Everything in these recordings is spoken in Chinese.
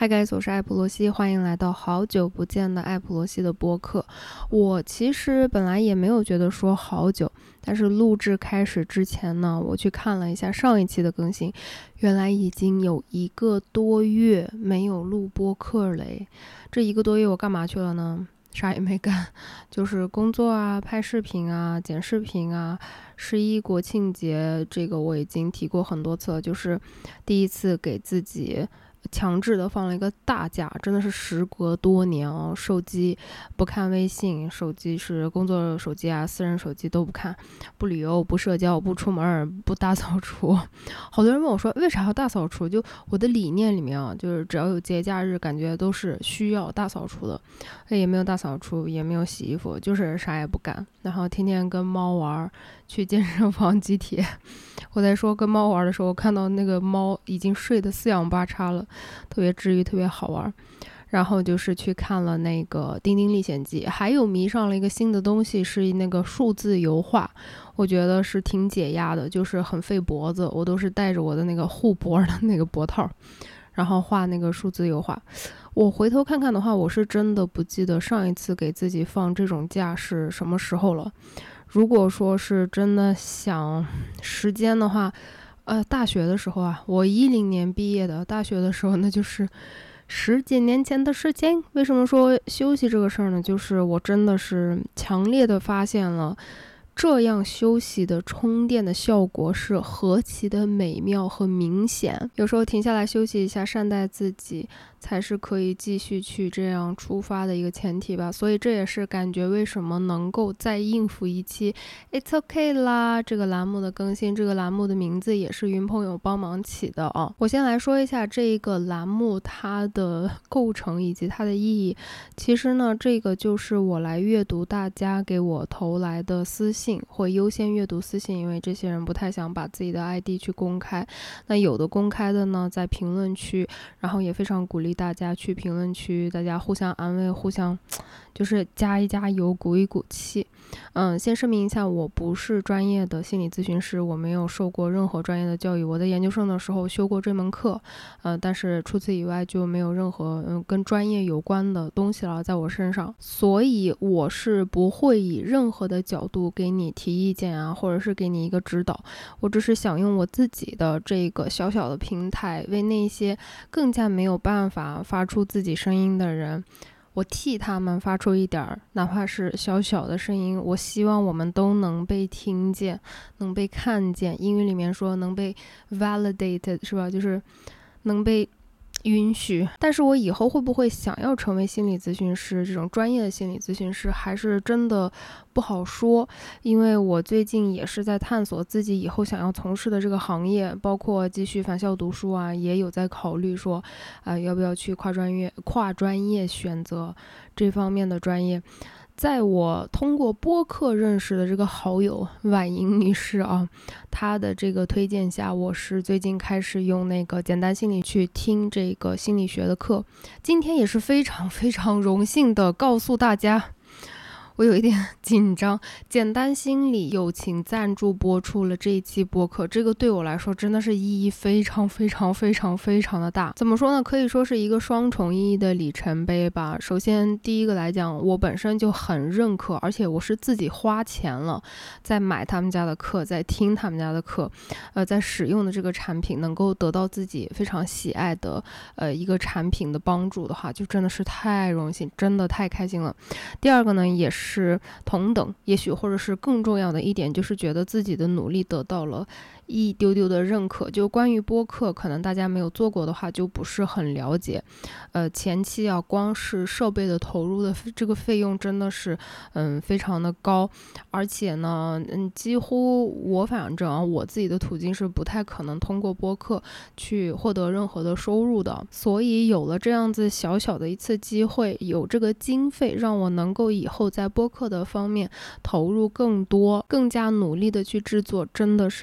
Hi guys，我是艾普罗西，欢迎来到好久不见的艾普罗西的播客。我其实本来也没有觉得说好久，但是录制开始之前呢，我去看了一下上一期的更新，原来已经有1个多月没有录播客了。这1个多月我干嘛去了呢？啥也没干，就是工作啊、拍视频啊、剪视频啊。11国庆节这个我已经提过很多次了，就是第一次给自己强制的放了一个大假，真的是时隔多年哦。手机不看微信，手机是工作手机啊，私人手机都不看，不旅游，不社交，不出门，不大扫除。好多人问我说为啥要大扫除，就我的理念里面啊，就是只要有节假日感觉都是需要大扫除的。也没有大扫除，也没有洗衣服，就是啥也不干，然后天天跟猫玩，去健身房击铁。我在说跟猫玩的时候，看到那个猫已经睡得四仰八叉了，特别治愈，特别好玩。然后就是去看了那个《丁丁历险记》，还有迷上了一个新的东西，是那个数字油画。我觉得是挺解压的，就是很费脖子，我都是带着我的那个护脖的那个脖套，然后画那个数字油画。我回头看看的话，我是真的不记得上一次给自己放这种假是什么时候了。如果说是真的想时间的话，大学的时候啊，我10年毕业的，大学的时候那就是10几年前的事情。为什么说休息这个事儿呢？就是我真的是强烈的发现了这样休息的充电的效果是何其的美妙和明显。有时候停下来休息一下，善待自己，才是可以继续去这样出发的一个前提吧。所以这也是感觉为什么能够再应付一期 It's OK 啦这个栏目的更新。这个栏目的名字也是云朋友帮忙起的啊。我先来说一下这个栏目它的构成以及它的意义。其实呢，这个就是我来阅读大家给我投来的私信，会优先阅读私信，因为这些人不太想把自己的 ID 去公开。那有的公开的呢，在评论区，然后也非常鼓励大家去评论区，大家互相安慰，互相就是加一加油，鼓一鼓气。先声明一下，我不是专业的心理咨询师，我没有受过任何专业的教育。我在研究生的时候修过这门课，但是除此以外就没有任何跟专业有关的东西了在我身上，所以我是不会以任何的角度给你提意见啊，或者是给你一个指导。我只是想用我自己的这个小小的平台，为那些更加没有办法发出自己声音的人，我替他们发出一点哪怕是小小的声音。我希望我们都能被听见，能被看见。英语里面说能被 validated 是吧，就是能被允许。但是我以后会不会想要成为心理咨询师，这种专业的心理咨询师，还是真的不好说。因为我最近也是在探索自己以后想要从事的这个行业，包括继续返校读书啊，也有在考虑说要不要去跨专业选择这方面的专业。在我通过播客认识的这个好友婉莹女士啊，她的这个推荐下，我是最近开始用那个简单心理去听这个心理学的课。今天也是非常非常荣幸的告诉大家，我有一点紧张，简单心理友情赞助播出了这一期播客，这个对我来说真的是意义非常非常非常非常的大。怎么说呢，可以说是一个双重意义的里程碑吧。首先第一个来讲，我本身就很认可，而且我是自己花钱了在买他们家的课，在听他们家的课，在使用的这个产品能够得到自己非常喜爱的一个产品的帮助的话，就真的是太荣幸，真的太开心了。第二个呢，也是同等，也许或者是更重要的一点，就是觉得自己的努力得到了一丢丢的认可。就关于播客，可能大家没有做过的话就不是很了解。前期啊，光是设备的投入的这个费用真的是非常的高，而且呢几乎我反正我自己的途径是不太可能通过播客去获得任何的收入的。所以有了这样子小小的一次机会，有这个经费让我能够以后在播客的方面投入更多，更加努力的去制作，真的是非常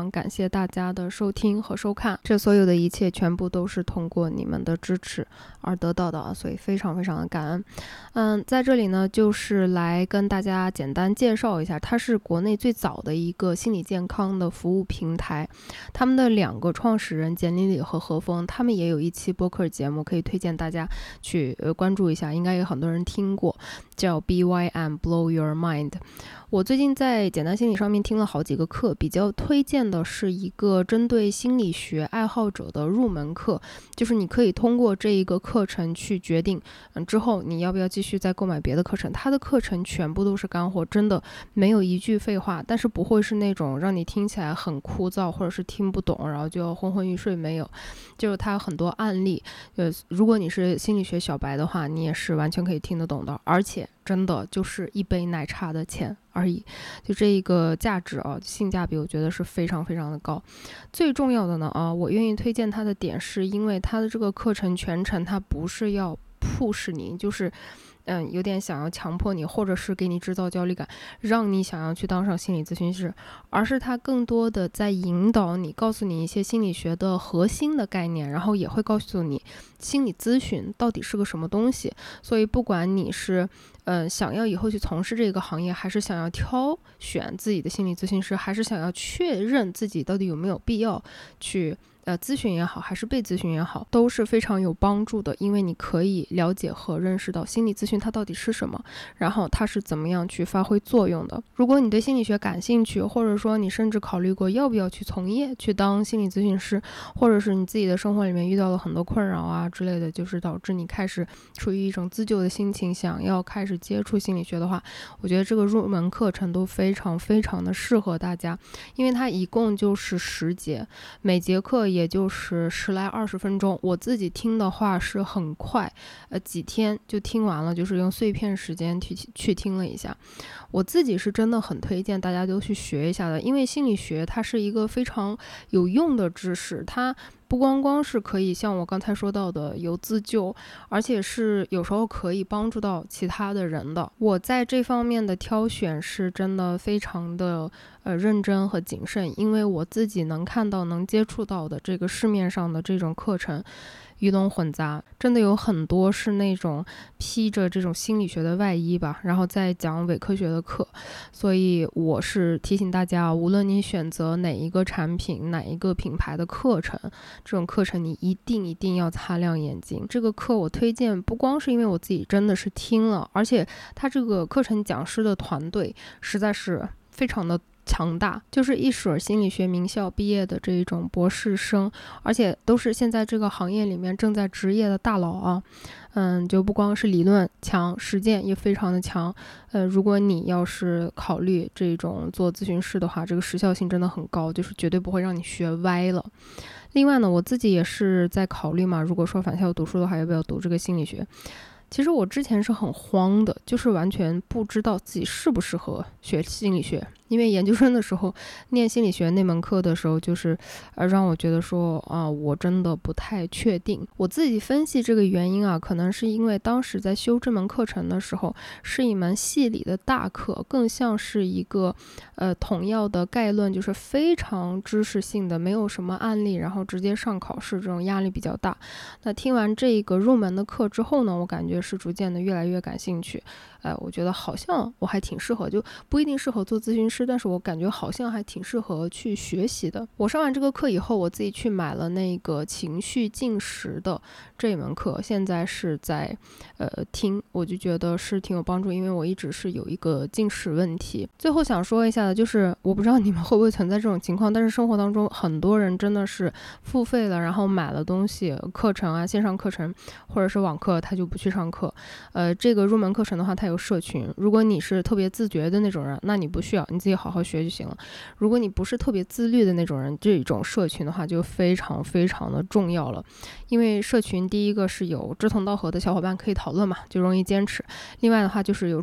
常感谢大家的收听和收看，这所有的一切全部都是通过你们的支持而得到的，所以非常非常的感恩。在这里呢，就是来跟大家简单介绍一下，它是国内最早的一个心理健康的服务平台。他们的2个创始人简丽丽和何峰，他们也有一期播客节目，可以推荐大家去关注一下，应该有很多人听过，叫 BYM Blow Your Mind。我最近在简单心理上面听了好几个课，比较推荐的是一个针对心理学爱好者的入门课，就是你可以通过这一个课程去决定之后你要不要继续再购买别的课程。它的课程全部都是干货，真的没有一句废话，但是不会是那种让你听起来很枯燥或者是听不懂然后就昏昏欲睡，没有，就是它有很多案例，如果你是心理学小白的话，你也是完全可以听得懂的，而且真的就是一杯奶茶的钱而已，就这一个价值性价比我觉得是非常非常的高。最重要的呢我愿意推荐它的点是因为它的这个课程全程它不是要push你，就是有点想要强迫你，或者是给你制造焦虑感，让你想要去当上心理咨询师，而是它更多的在引导你，告诉你一些心理学的核心的概念，然后也会告诉你心理咨询到底是个什么东西。所以不管你是想要以后去从事这个行业，还是想要挑选自己的心理咨询师，还是想要确认自己到底有没有必要去咨询也好，还是被咨询也好，都是非常有帮助的，因为你可以了解和认识到心理咨询它到底是什么，然后它是怎么样去发挥作用的。如果你对心理学感兴趣，或者说你甚至考虑过要不要去从业去当心理咨询师，或者是你自己的生活里面遇到了很多困扰啊之类的，就是导致你开始处于一种自救的心情，想要开始接触心理学的话，我觉得这个入门课程都非常非常的适合大家，因为它一共就是10节，每节课也就是10来20分钟，我自己听的话是很快，几天就听完了，就是用碎片时间去听了一下。我自己是真的很推荐大家都去学一下的，因为心理学它是一个非常有用的知识，它不光光是可以像我刚才说到的有自救，而且是有时候可以帮助到其他的人的。我在这方面的挑选是真的非常的认真和谨慎，因为我自己能看到能接触到的这个市面上的这种课程鱼龙混杂，真的有很多是那种披着这种心理学的外衣吧，然后再讲伪科学的课。所以我是提醒大家，无论你选择哪一个产品哪一个品牌的课程，这种课程你一定要擦亮眼睛。这个课我推荐不光是因为我自己真的是听了，而且他这个课程讲师的团队实在是非常的强大，就是一水心理学名校毕业的这一种博士生，而且都是现在这个行业里面正在职业的大佬啊。就不光是理论强，实践也非常的强。如果你要是考虑这种做咨询师的话，这个时效性真的很高，就是绝对不会让你学歪了。另外呢，我自己也是在考虑嘛，如果说返校读书的话，要不要读这个心理学？其实我之前是很慌的，就是完全不知道自己适不适合学心理学，因为研究生的时候念心理学那门课的时候，就是让我觉得说我真的不太确定。我自己分析这个原因啊，可能是因为当时在修这门课程的时候是一门系里的大课，更像是一个统要的概论，就是非常知识性的，没有什么案例，然后直接上考试，这种压力比较大。那听完这个入门的课之后呢，我感觉是逐渐的越来越感兴趣。我觉得好像我还挺适合，就不一定适合做咨询师，但是我感觉好像还挺适合去学习的。我上完这个课以后，我自己去买了那个情绪进食的这一门课，现在是在听，我就觉得是挺有帮助，因为我一直是有一个进食问题。最后想说一下的就是，我不知道你们会不会存在这种情况，但是生活当中很多人真的是付费了，然后买了东西，课程啊，线上课程或者是网课，他就不去上课。这个入门课程的话，它有社群，如果你是特别自觉的那种人，那你不需要，你自己好好学就行了。如果你不是特别自律的那种人，这种社群的话就非常非常的重要了。因为社群第一个是有志同道合的小伙伴可以讨论嘛，就容易坚持。另外的话就是有助教，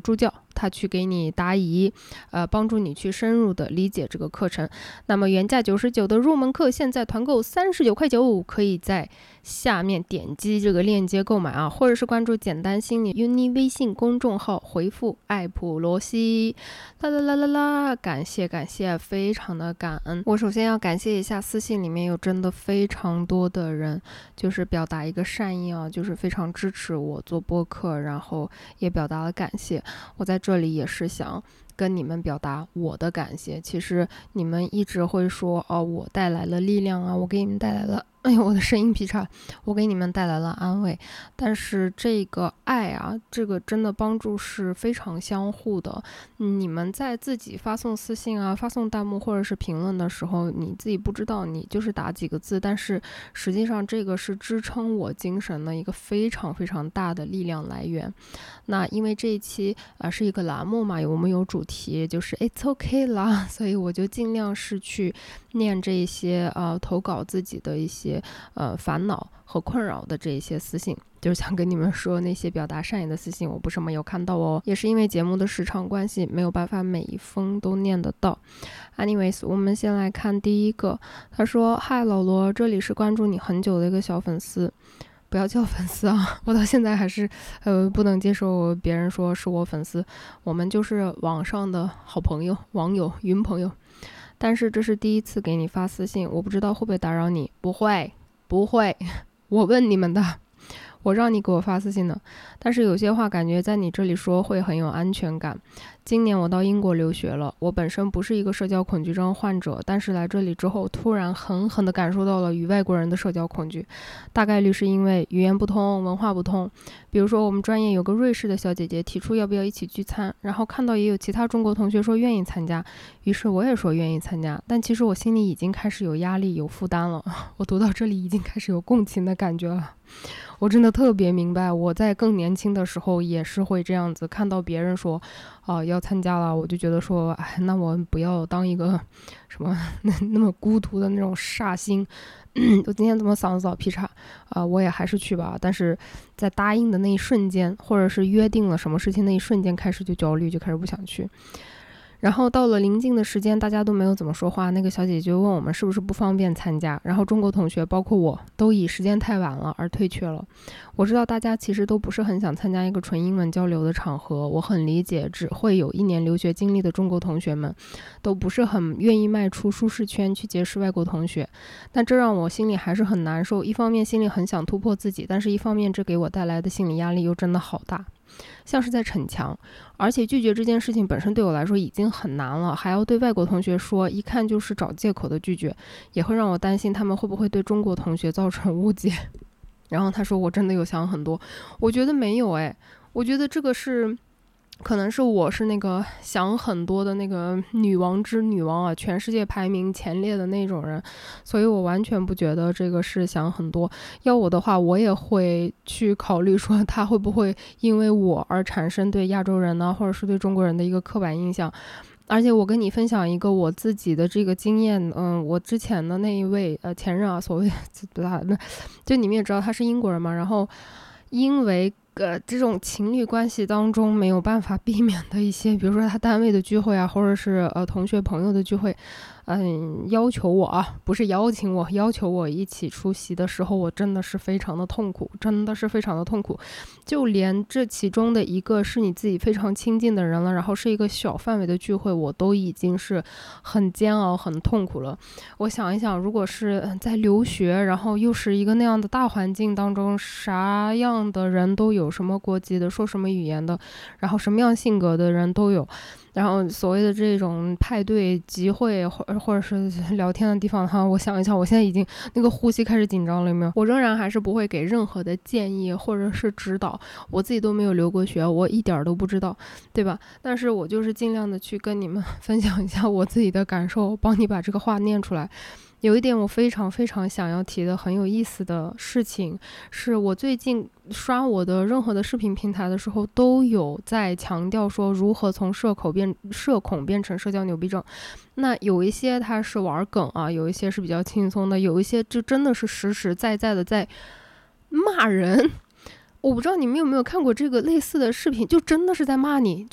他去给你答疑，帮助你去深入的理解这个课程。那么原价99的入门课，现在团购39.9块，可以在下面点击这个链接购买啊，或者是关注简单心理 uni 微信公众号，回复艾普罗西，感谢，非常的感恩。我首先要感谢一下私信里面有真的非常多的人，就是表达一个善意啊，就是非常支持我做播客，然后也表达了感谢。我在这里也是想跟你们表达我的感谢。其实你们一直会说我带来了力量啊，我给你们带来了，哎呦我的声音劈叉，我给你们带来了安慰。但是这个爱啊，这个真的帮助是非常相互的。你们在自己发送私信啊，发送弹幕或者是评论的时候，你自己不知道，你就是打几个字，但是实际上这个是支撑我精神的一个非常非常大的力量来源。那因为这一期是一个栏目嘛，我们有主题就是 It's okay 啦，所以我就尽量是去念这一些投稿自己的一些烦恼和困扰的这一些私信，就是想跟你们说，那些表达善意的私信我不是没有看到哦，也是因为节目的时长关系没有办法每一封都念得到。 anyways 我们先来看第一个，他说嗨老罗，这里是关注你很久的一个小粉丝。不要叫粉丝啊，我到现在还是不能接受别人说是我粉丝，我们就是网上的好朋友，网友，云朋友。但是这是第一次给你发私信，我不知道会不会打扰你。不会，我问你们的，我让你给我发私信的。但是有些话感觉在你这里说会很有安全感。今年我到英国留学了，我本身不是一个社交恐惧症患者，但是来这里之后突然狠狠地感受到了与外国人的社交恐惧，大概率是因为语言不通，文化不通。比如说我们专业有个瑞士的小姐姐提出要不要一起聚餐，然后看到也有其他中国同学说愿意参加，于是我也说愿意参加，但其实我心里已经开始有压力有负担了。我读到这里已经开始有共情的感觉了。我真的特别明白，我在更年轻的时候也是会这样子，看到别人说要参加了，我就觉得说那我不要当一个什么那么孤独的那种煞星。我今天怎么嗓子老劈叉我也还是去吧。但是在答应的那一瞬间，或者是约定了什么事情那一瞬间开始就焦虑，就开始不想去。然后到了临近的时间，大家都没有怎么说话，那个小姐姐就问我们是不是不方便参加，然后中国同学包括我都以时间太晚了而退却了。我知道大家其实都不是很想参加一个纯英文交流的场合，我很理解只会有1年留学经历的中国同学们都不是很愿意迈出舒适圈去结识外国同学，但这让我心里还是很难受。一方面心里很想突破自己，但是一方面这给我带来的心理压力又真的好大，像是在逞强。而且拒绝这件事情本身对我来说已经很难了，还要对外国同学说，一看就是找借口的拒绝，也会让我担心他们会不会对中国同学造成误解。然后他说我真的有想很多，我觉得没有我觉得这个是可能是我是那个想很多的那个女王之女王啊，全世界排名前列的那种人，所以我完全不觉得这个是想很多。要我的话，我也会去考虑说他会不会因为我而产生对亚洲人呢，或者是对中国人的一个刻板印象。而且我跟你分享一个我自己的这个经验，我之前的那一位前任啊，所谓就你们也知道他是英国人嘛，然后因为这种情侣关系当中没有办法避免的一些，比如说他单位的聚会啊，或者是同学朋友的聚会，要求我啊，不是邀请我，要求我一起出席的时候，我真的是非常的痛苦，真的是非常的痛苦。就连这其中的一个是你自己非常亲近的人了，然后是一个小范围的聚会，我都已经是很煎熬很痛苦了。我想一想，如果是在留学，然后又是一个那样的大环境当中，啥样的人都有，什么国籍的，说什么语言的，然后什么样性格的人都有。然后所谓的这种派对集会或者是聊天的地方哈，我想一想，我现在已经那个呼吸开始紧张了，有没有？我仍然还是不会给任何的建议或者是指导，我自己都没有留过学，我一点都不知道，对吧？但是我就是尽量的去跟你们分享一下我自己的感受，帮你把这个话念出来。有一点我非常非常想要提的很有意思的事情，是我最近刷我的任何的视频平台的时候，都有在强调说如何从社恐变成社交牛逼症。那有一些它是玩梗啊，有一些是比较轻松的，有一些就真的是实实在在的在骂人。我不知道你们有没有看过这个类似的视频，就真的是在骂你，就说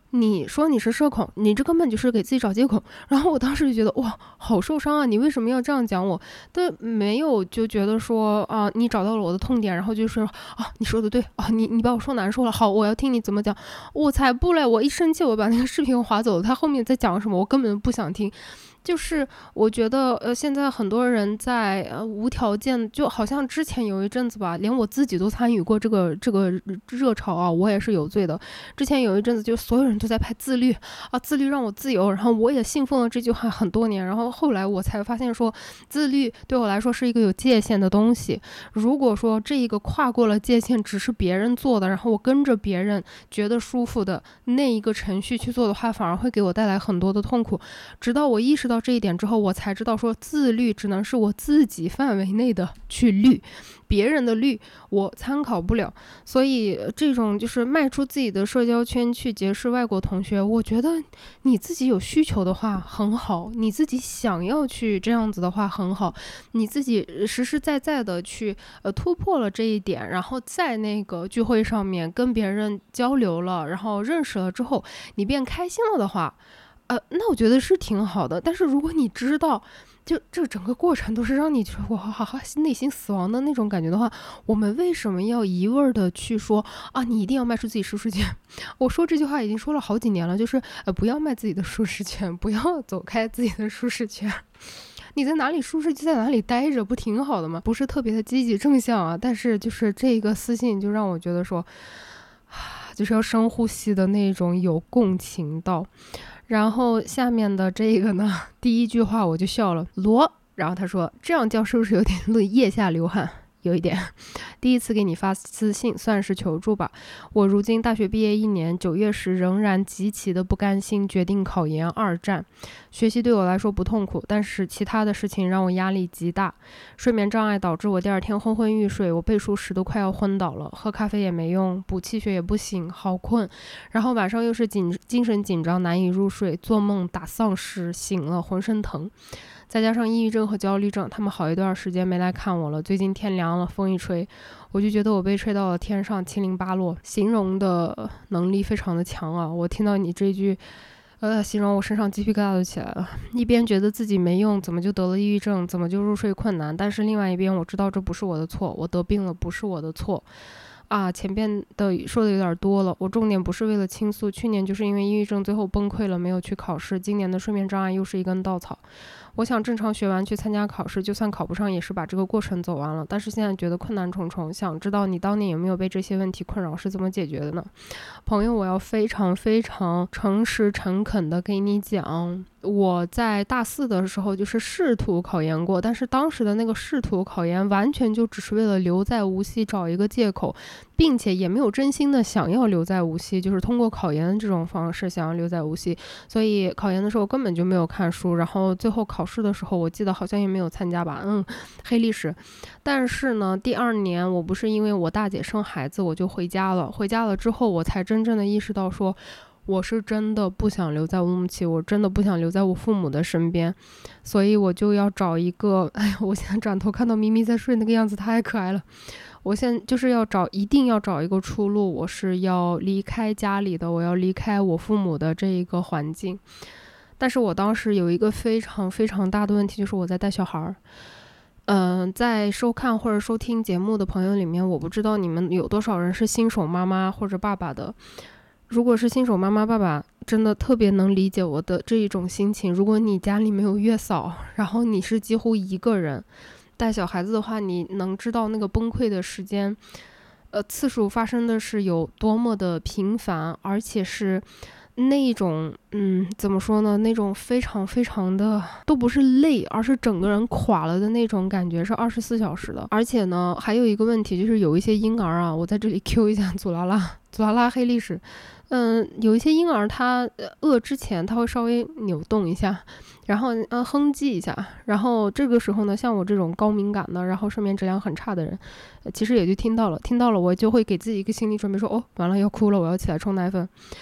你说你是社恐，你这根本就是给自己找借口。然后我当时就觉得哇，好受伤啊！你为什么要这样讲我？但没有就觉得说啊，你找到了我的痛点，然后就说啊，你说的对啊，你把我说难受了，好，我要听你怎么讲。我才不嘞！我一生气，我把那个视频划走了。他后面在讲什么，我根本不想听。就是我觉得现在很多人在无条件，就好像之前有一阵子吧，连我自己都参与过这个热潮啊，我也是有罪的。之前有一阵子，就所有人都在拍自律啊，自律让我自由，然后我也信奉了这句话很多年。然后后来我才发现说，自律对我来说是一个有界限的东西。如果说这一个跨过了界限，只是别人做的，然后我跟着别人觉得舒服的那一个程序去做的话，反而会给我带来很多的痛苦。直到我意识到这一点之后，我才知道说，自律只能是我自己范围内的去律，别人的律我参考不了。所以这种就是迈出自己的社交圈去结识外国同学，我觉得你自己有需求的话很好，你自己想要去这样子的话很好，你自己实实在在的去突破了这一点，然后在那个聚会上面跟别人交流了，然后认识了之后，你变开心了的话，那我觉得是挺好的。但是如果你知道，就这整个过程都是让你觉得哇，内心死亡的那种感觉的话，我们为什么要一味的去说啊？你一定要迈出自己舒适圈？我说这句话已经说了好几年了，就是不要迈自己的舒适圈，不要走开自己的舒适圈。你在哪里舒适就在哪里待着，不挺好的吗？不是特别的积极正向啊，但是就是这个私信就让我觉得说，就是要深呼吸的那种有共情到。然后下面的这个呢，第一句话我就笑了，罗。然后他说这样叫是不是有点腋下流汗？有一点。第一次给你发私信算是求助吧。我如今大学毕业1年，9月时仍然极其的不甘心，决定考研2战。学习对我来说不痛苦，但是其他的事情让我压力极大。睡眠障碍导致我第2天昏昏欲睡，我背书时都快要昏倒了，喝咖啡也没用，补气血也不行，好困。然后晚上又是精神紧张，难以入睡，做梦打丧尸，醒了浑身疼。再加上抑郁症和焦虑症，他们好一段时间没来看我了。最近天凉了，风一吹，我就觉得我被吹到了天上，七零八落。形容的能力非常的强啊！我听到你这句，形容我身上鸡皮疙瘩都起来了。一边觉得自己没用，怎么就得了抑郁症，怎么就入睡困难？但是另外一边我知道这不是我的错，我得病了不是我的错。前边的说的有点多了，我重点不是为了倾诉，去年就是因为抑郁症最后崩溃了，没有去考试，今年的睡眠障碍又是一根稻草。我想正常学完去参加考试，就算考不上也是把这个过程走完了，但是现在觉得困难重重，想知道你当年有没有被这些问题困扰，是怎么解决的呢？朋友，我要非常非常诚实诚恳的给你讲，我在大4的时候就是试图考研过，但是当时的那个试图考研完全就只是为了留在无锡找一个借口，并且也没有真心的想要留在无锡，就是通过考研这种方式想要留在无锡。所以考研的时候根本就没有看书，然后最后考试的时候我记得好像也没有参加吧，黑历史。但是呢，第2年我不是因为我大姐生孩子我就回家了，回家了之后我才真正的意识到说，我是真的不想留在乌鲁木齐，我真的不想留在我父母的身边，所以我就要找一个，我现在转头看到咪咪在睡那个样子太可爱了，我现在就是一定要找一个出路，我是要离开家里的，我要离开我父母的这一个环境。但是我当时有一个非常非常大的问题，就是我在带小孩。在收看或者收听节目的朋友里面，我不知道你们有多少人是新手妈妈或者爸爸的。如果是新手妈妈爸爸，真的特别能理解我的这一种心情。如果你家里没有月嫂，然后你是几乎一个人带小孩子的话，你能知道那个崩溃的时间次数发生的是有多么的频繁，而且是那一种怎么说呢，那种非常非常的都不是累，而是整个人垮了的那种感觉，是24小时的。而且呢还有一个问题，就是有一些婴儿啊，我在这里 Q 一下祖拉拉黑历史。有一些婴儿他饿之前他会稍微扭动一下，然后哼唧一下，然后这个时候呢，像我这种高敏感的，然后睡眠质量很差的人，其实也就听到了，我就会给自己一个心理准备，说完了要哭了，我要起来冲奶粉。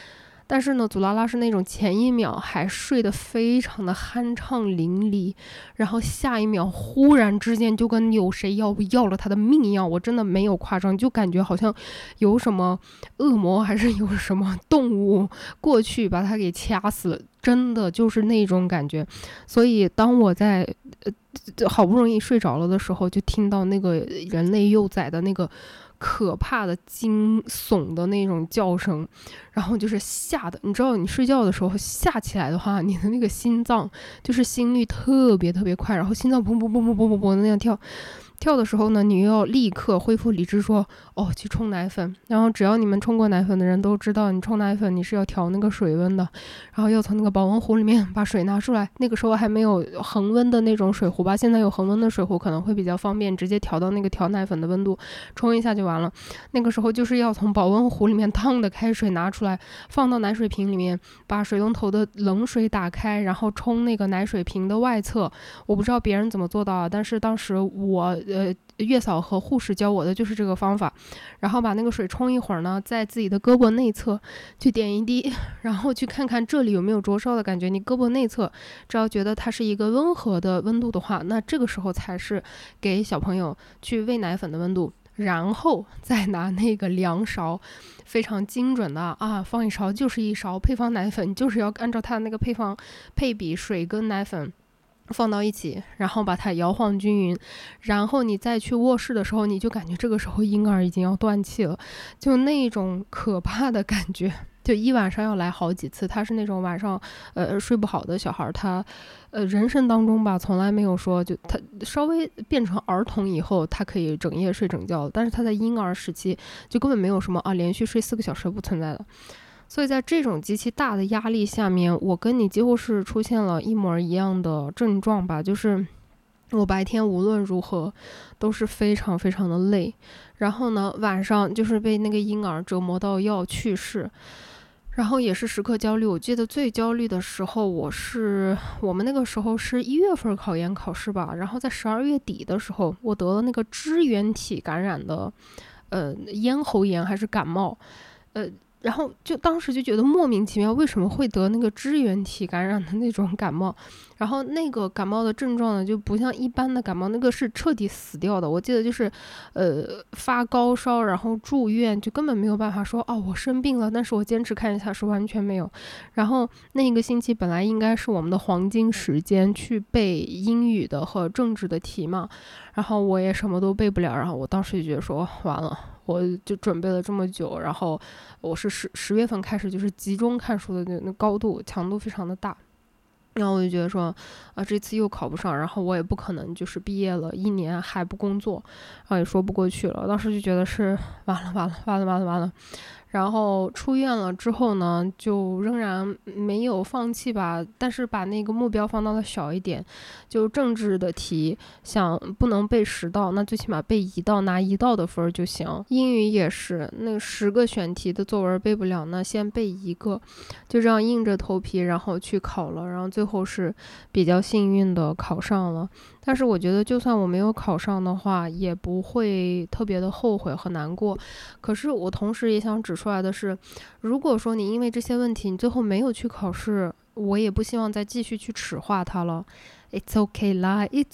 但是呢，祖拉拉是那种前一秒还睡得非常的酣畅淋漓，然后下一秒忽然之间就跟有谁要了他的命一样，我真的没有夸张，就感觉好像有什么恶魔还是有什么动物过去把他给掐死了，真的就是那种感觉。所以当我在好不容易睡着了的时候，就听到那个人类幼崽的那个可怕的惊悚的那种叫声，然后就是吓得，你知道你睡觉的时候吓起来的话，你的那个心脏就是心率特别特别快，然后心脏砰砰砰砰砰砰砰的那样跳的时候呢，你又要立刻恢复理智说去冲奶粉。然后只要你们冲过奶粉的人都知道，你冲奶粉你是要调那个水温的，然后要从那个保温壶里面把水拿出来。那个时候还没有恒温的那种水壶吧，现在有恒温的水壶可能会比较方便，直接调到那个调奶粉的温度，冲一下就完了。那个时候就是要从保温壶里面烫的开水拿出来，放到奶水瓶里面，把水龙头的冷水打开，然后冲那个奶水瓶的外侧。我不知道别人怎么做到啊，但是当时我月嫂和护士教我的就是这个方法，然后把那个水冲一会儿呢，在自己的胳膊内侧去点一滴，然后去看看这里有没有灼烧的感觉。你胳膊内侧只要觉得它是一个温和的温度的话，那这个时候才是给小朋友去喂奶粉的温度。然后再拿那个量勺，非常精准的放一勺就是一勺配方奶粉，就是要按照它的那个配方配比水跟奶粉放到一起，然后把它摇晃均匀，然后你再去卧室的时候，你就感觉这个时候婴儿已经要断气了，就那种可怕的感觉，就一晚上要来好几次。他是那种晚上睡不好的小孩，他人生当中吧从来没有说，就他稍微变成儿童以后他可以整夜睡整觉，但是他在婴儿时期就根本没有什么连续睡4个小时不存在的。所以在这种极其大的压力下面，我跟你几乎是出现了一模一样的症状吧，就是我白天无论如何都是非常非常的累，然后呢晚上就是被那个婴儿折磨到要去世，然后也是时刻焦虑。我记得最焦虑的时候，我们那个时候是1月份考研考试吧，然后在12月底的时候，我得了那个支原体感染的咽喉炎还是感冒，然后就当时就觉得莫名其妙，为什么会得那个支原体感染的那种感冒？然后那个感冒的症状呢，就不像一般的感冒，那个是彻底死掉的。我记得就是发高烧，然后住院，就根本没有办法说我生病了，但是我坚持看一下是完全没有。然后那个星期本来应该是我们的黄金时间去背英语的和政治的题嘛，然后我也什么都背不了，然后我当时就觉得说完了。我就准备了这么久，然后我是十月份开始就是集中看书的那高度强度非常的大，然后我就觉得说这次又考不上，然后我也不可能就是毕业了1年还不工作，然后也说不过去了。当时就觉得是完了。然后出院了之后呢，就仍然没有放弃吧，但是把那个目标放到了小一点，就政治的题想不能背10道，那最起码背1道，拿1道的分就行。英语也是，那10个选题的作文背不了，那先背1个，就这样硬着头皮然后去考了，然后最后是比较幸运的考上了。但是我觉得就算我没有考上的话，也不会特别的后悔和难过。可是我同时也想指出来的是，如果说你因为这些问题你最后没有去考试，我也不希望再继续去耻化它了。 It's okay 啦， It's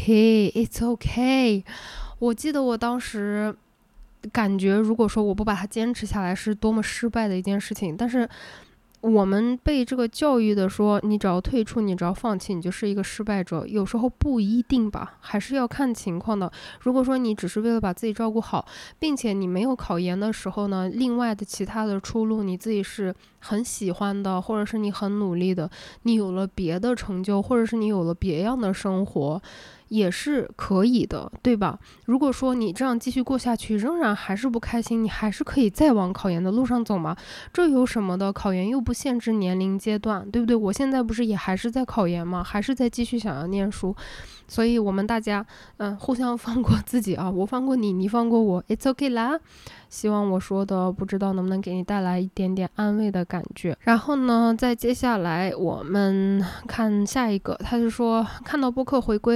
okay。 我记得我当时感觉如果说我不把它坚持下来是多么失败的一件事情，但是我们被这个教育的说你只要退出，你只要放弃，你就是一个失败者，有时候不一定吧，还是要看情况的。如果说你只是为了把自己照顾好，并且你没有考研的时候呢，另外的其他的出路你自己是很喜欢的，或者是你很努力的，你有了别的成就，或者是你有了别样的生活，也是可以的，对吧？如果说你这样继续过下去仍然还是不开心，你还是可以再往考研的路上走嘛，这有什么的？考研又不限制年龄阶段，对不对？我现在不是也还是在考研吗？还是在继续想要念书，所以我们大家互相放过自己啊，我放过你，你放过我， It's okay 啦。希望我说的不知道能不能给你带来一点点安慰的感觉。然后呢，再接下来我们看下一个，他是说看到播客回归和 It's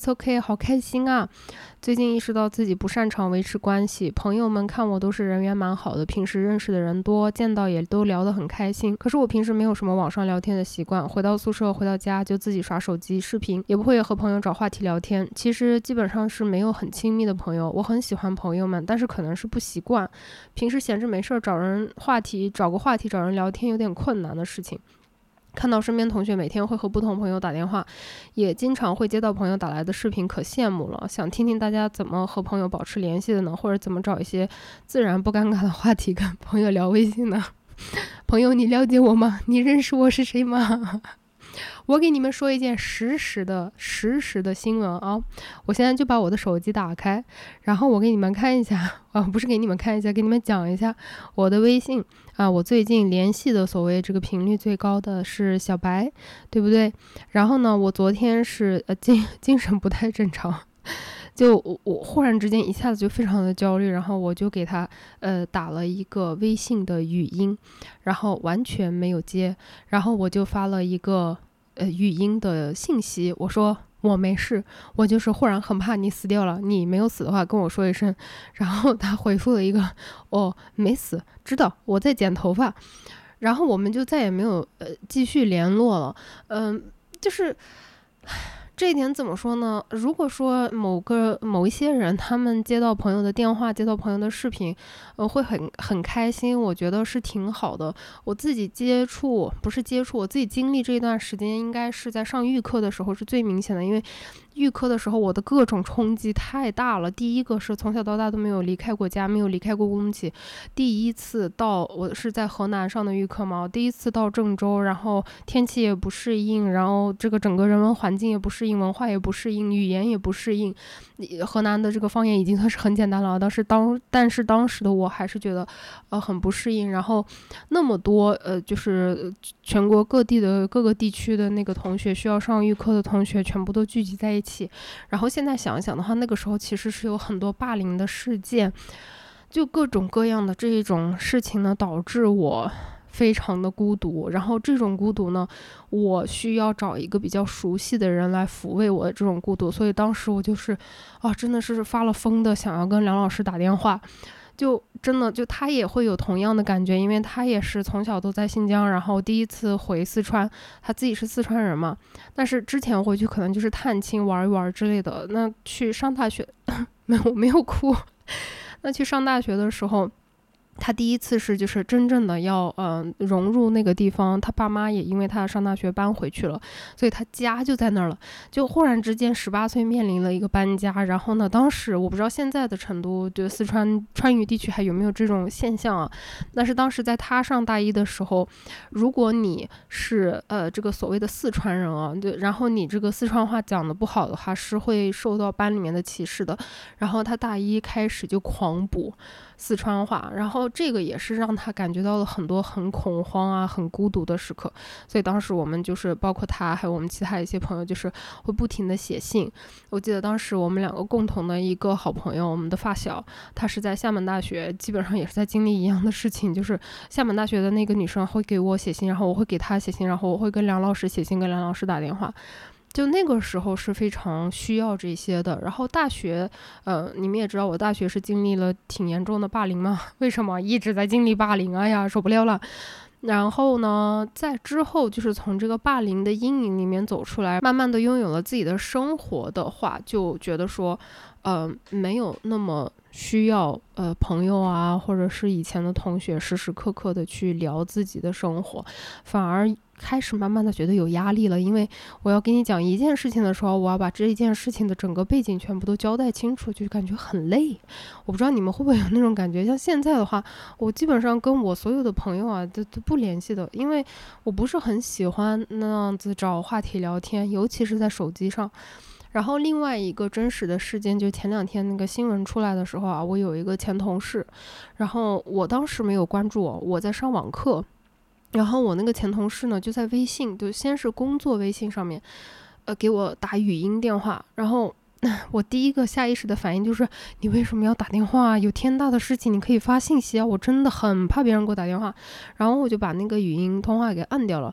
OK， 好开心啊。最近意识到自己不擅长维持关系，朋友们看我都是人缘蛮好的，平时认识的人多，见到也都聊得很开心。可是我平时没有什么网上聊天的习惯，回到宿舍回到家就自己刷手机视频，也不会和朋友找话题聊天。其实基本上是没有很亲密的朋友，我很喜欢朋友们，但是可能是不习惯，平时闲着没事找个话题找人聊天有点困难的事情。看到身边同学每天会和不同朋友打电话，也经常会接到朋友打来的视频，可羡慕了。想听听大家怎么和朋友保持联系的呢？或者怎么找一些自然不尴尬的话题跟朋友聊微信呢？朋友，你了解我吗？你认识我是谁吗？我给你们说一件实时的新闻啊！我现在就把我的手机打开，然后我给你们看一下不是给你们看一下，给你们讲一下我的微信啊。我最近联系的所谓这个频率最高的是小白，对不对？然后呢，我昨天是精神不太正常。就我忽然之间一下子就非常的焦虑，然后我就给他打了一个微信的语音，然后完全没有接，然后我就发了一个语音的信息，我说我没事，我就是忽然很怕你死掉了，你没有死的话跟我说一声。然后他回复了一个没死，知道我在剪头发。然后我们就再也没有继续联络了。就是这一点怎么说呢？如果说某一些人，他们接到朋友的电话，接到朋友的视频，会很开心，我觉得是挺好的。我自己我自己经历这一段时间，应该是在上预科的时候是最明显的，因为预科的时候我的各种冲击太大了。第一个是从小到大都没有离开过家，没有离开过乌鲁木齐，第一次到，我是在河南上的预科嘛，第一次到郑州，然后天气也不适应，然后这个整个人文环境也不适应，文化也不适应，语言也不适应。河南的这个方言已经算是很简单了，但是当时的我还是觉得很不适应。然后那么多就是全国各地的各个地区的那个同学，需要上预科的同学全部都聚集在一起。然后现在想一想的话，那个时候其实是有很多霸凌的事件，就各种各样的这一种事情呢，导致我非常的孤独。然后这种孤独呢，我需要找一个比较熟悉的人来抚慰我的这种孤独。所以当时我就是真的是发了疯的想要跟梁老师打电话。就真的就他也会有同样的感觉，因为他也是从小都在新疆，然后第一次回四川，他自己是四川人嘛，但是之前回去可能就是探亲玩一玩之类的。那去上大学没有哭。那去上大学的时候，他第一次是就是真正的要融入那个地方，他爸妈也因为他上大学搬回去了，所以他家就在那儿了。就忽然之间18岁面临了一个搬家。然后呢，当时我不知道现在的成都就四川川渝地区还有没有这种现象啊？但是当时在他上大一的时候，如果你是这个所谓的四川人啊，然后你这个四川话讲的不好的话，是会受到班里面的歧视的。然后他大一开始就狂补四川话，然后这个也是让他感觉到了很多很恐慌啊、很孤独的时刻。所以当时我们就是包括他还有我们其他一些朋友，就是会不停的写信。我记得当时我们两个共同的一个好朋友，我们的发小，他是在厦门大学，基本上也是在经历一样的事情，就是厦门大学的那个女生会给我写信，然后我会给她写信，然后我会跟梁老师写信，跟梁老师打电话。就那个时候是非常需要这些的。然后大学你们也知道我大学是经历了挺严重的霸凌嘛，为什么一直在经历霸凌？哎呀，受不了了。然后呢，在之后就是从这个霸凌的阴影里面走出来，慢慢的拥有了自己的生活的话，就觉得说没有那么需要朋友啊，或者是以前的同学时时刻刻的去聊自己的生活，反而开始慢慢的觉得有压力了。因为我要跟你讲一件事情的时候，我要把这一件事情的整个背景全部都交代清楚，就感觉很累。我不知道你们会不会有那种感觉，像现在的话，我基本上跟我所有的朋友啊都不联系的，因为我不是很喜欢那样子找话题聊天，尤其是在手机上。然后另外一个真实的事件，就前2天那个新闻出来的时候啊，我有一个前同事，然后我当时没有关注我在上网课，然后我那个前同事呢就在微信，就先是工作微信上面给我打语音电话。然后我第一个下意识的反应就是，你为什么要打电话啊？有天大的事情你可以发信息啊，我真的很怕别人给我打电话。然后我就把那个语音通话给按掉了。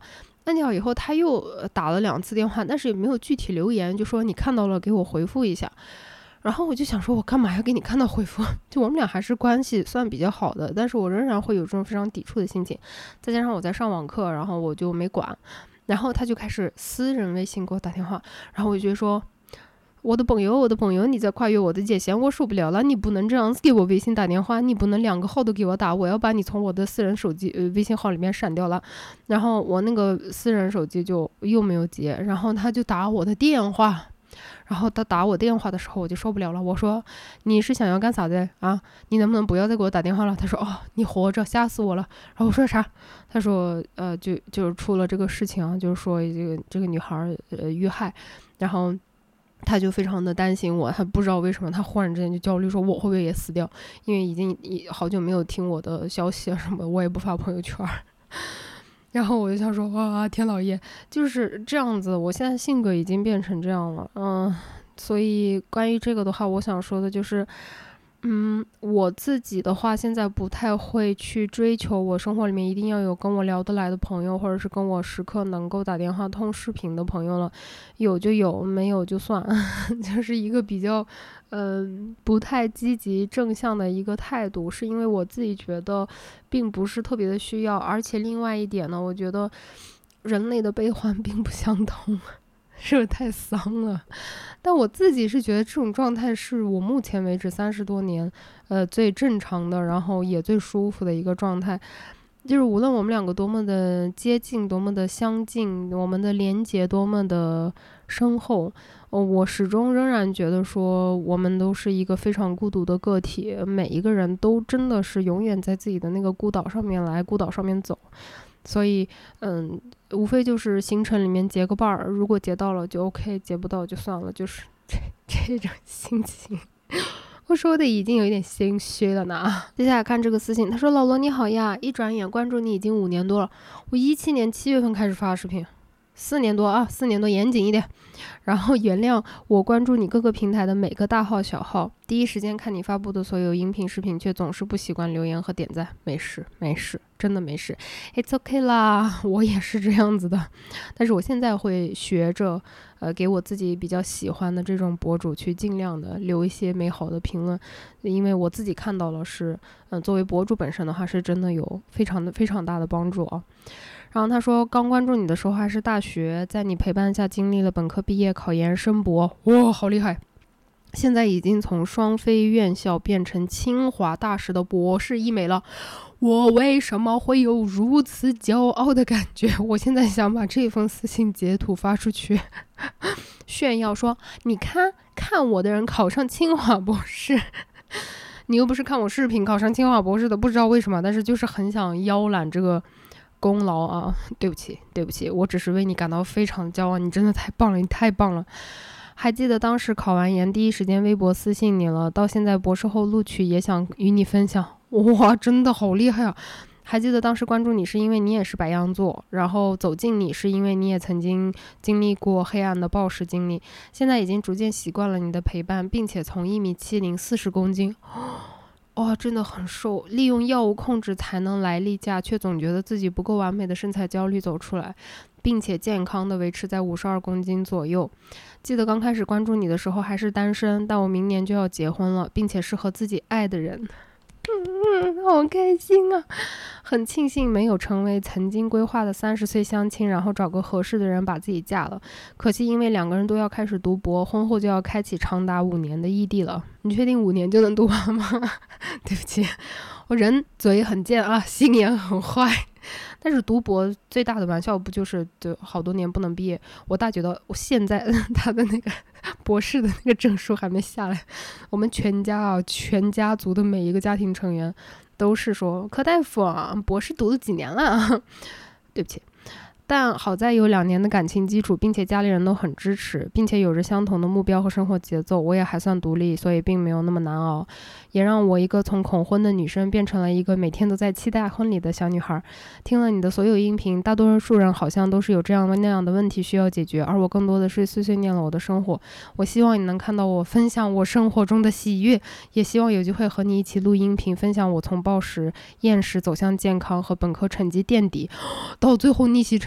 摁掉以后他又打了2次电话，但是也没有具体留言，就说你看到了给我回复一下。然后我就想说，我干嘛要给你看到回复？就我们俩还是关系算比较好的，但是我仍然会有这种非常抵触的心情。再加上我在上网课，然后我就没管。然后他就开始私人微信给我打电话，然后我就觉得说，我的朋友，你在跨越我的界限，我受不了了，你不能这样子给我微信打电话，你不能2个号都给我打，我要把你从我的私人手机微信号里面删掉了。然后我那个私人手机就又没有接，然后他就打我的电话。然后他打我电话的时候，我就受不了了。我说：“你是想要干啥的啊？你能不能不要再给我打电话了？”他说：“哦，你活着，吓死我了。”然后我说啥？他说：“就是出了这个事情啊，就是说这个女孩遇害，然后他就非常的担心我，他不知道为什么他忽然之间就焦虑，说我会不会也死掉？因为已经好久没有听我的消息啊什么，我也不发朋友圈。”然后我就想说，哇，天老爷，就是这样子。我现在性格已经变成这样了，所以关于这个的话，我想说的就是，我自己的话，现在不太会去追求我生活里面一定要有跟我聊得来的朋友，或者是跟我时刻能够打电话通视频的朋友了，有就有，没有就算，就是一个比较不太积极正向的一个态度，是因为我自己觉得并不是特别的需要，而且另外一点呢，我觉得人类的悲欢并不相同，是不是太丧了？但我自己是觉得这种状态是我目前为止30多年最正常的，然后也最舒服的一个状态。就是无论我们两个多么的接近，多么的相近，我们的连结多么的深厚，我始终仍然觉得说我们都是一个非常孤独的个体，每一个人都真的是永远在自己的那个孤岛上面来，孤岛上面走。所以无非就是行程里面结个伴儿，如果结到了就 OK， 结不到就算了，就是这种心情。我说的已经有一点心虚了呢。接下来看这个私信，他说：“老罗你好呀，一转眼关注你已经5年多了，我17年7月份开始发视频，4年多啊，4年多，严谨一点。然后原谅我关注你各个平台的每个大号小号，第一时间看你发布的所有音频视频，却总是不习惯留言和点赞。没事，真的没事 ，It's OK 啦，我也是这样子的。但是我现在会学着，给我自己比较喜欢的这种博主去尽量的留一些美好的评论，因为我自己看到了是，作为博主本身的话，是真的有非常大的帮助啊。”然后他说，刚关注你的时候还是大学，在你陪伴下经历了本科毕业、考研、申博，哇，好厉害！现在已经从双非院校变成清华大师的博士一美了，我为什么会有如此骄傲的感觉？我现在想把这封私信截图发出去，炫耀说，你看我的人考上清华博士。你又不是看我视频考上清华博士的，不知道为什么，但是就是很想腰揽这个功劳啊！对不起，我只是为你感到非常骄傲，你真的太棒了，你太棒了！还记得当时考完研第一时间微博私信你了，到现在博士后录取也想与你分享，哇，真的好厉害啊！还记得当时关注你是因为你也是白羊座，然后走近你是因为你也曾经经历过黑暗的暴食经历，现在已经逐渐习惯了你的陪伴，并且从1.70米40公斤。哇，真的很瘦，利用药物控制才能来例假，却总觉得自己不够完美的身材焦虑走出来，并且健康的维持在52公斤左右。记得刚开始关注你的时候还是单身，但我明年就要结婚了，并且是和自己爱的人。好开心啊！很庆幸没有成为曾经规划的30岁相亲，然后找个合适的人把自己嫁了。可惜因为2个人都要开始读博，婚后就要开启长达5年的异地了。你确定5年就能读完吗？对不起，我人嘴很贱啊，心也很坏。但是读博最大的玩笑不就是就好多年不能毕业？我大觉得我现在他的那个博士的那个证书还没下来，我们全家族的每一个家庭成员都是说，柯大夫啊，博士读了几年了？对不起。但好在有2年的感情基础，并且家里人都很支持，并且有着相同的目标和生活节奏，我也还算独立，所以并没有那么难熬，也让我一个从恐婚的女生变成了一个每天都在期待婚礼的小女孩。听了你的所有音频，大多数人好像都是有这样那样的问题需要解决，而我更多的是碎碎念了我的生活。我希望你能看到我分享我生活中的喜悦，也希望有机会和你一起录音频，分享我从暴食、厌食走向健康和本科成绩垫底到最后逆袭成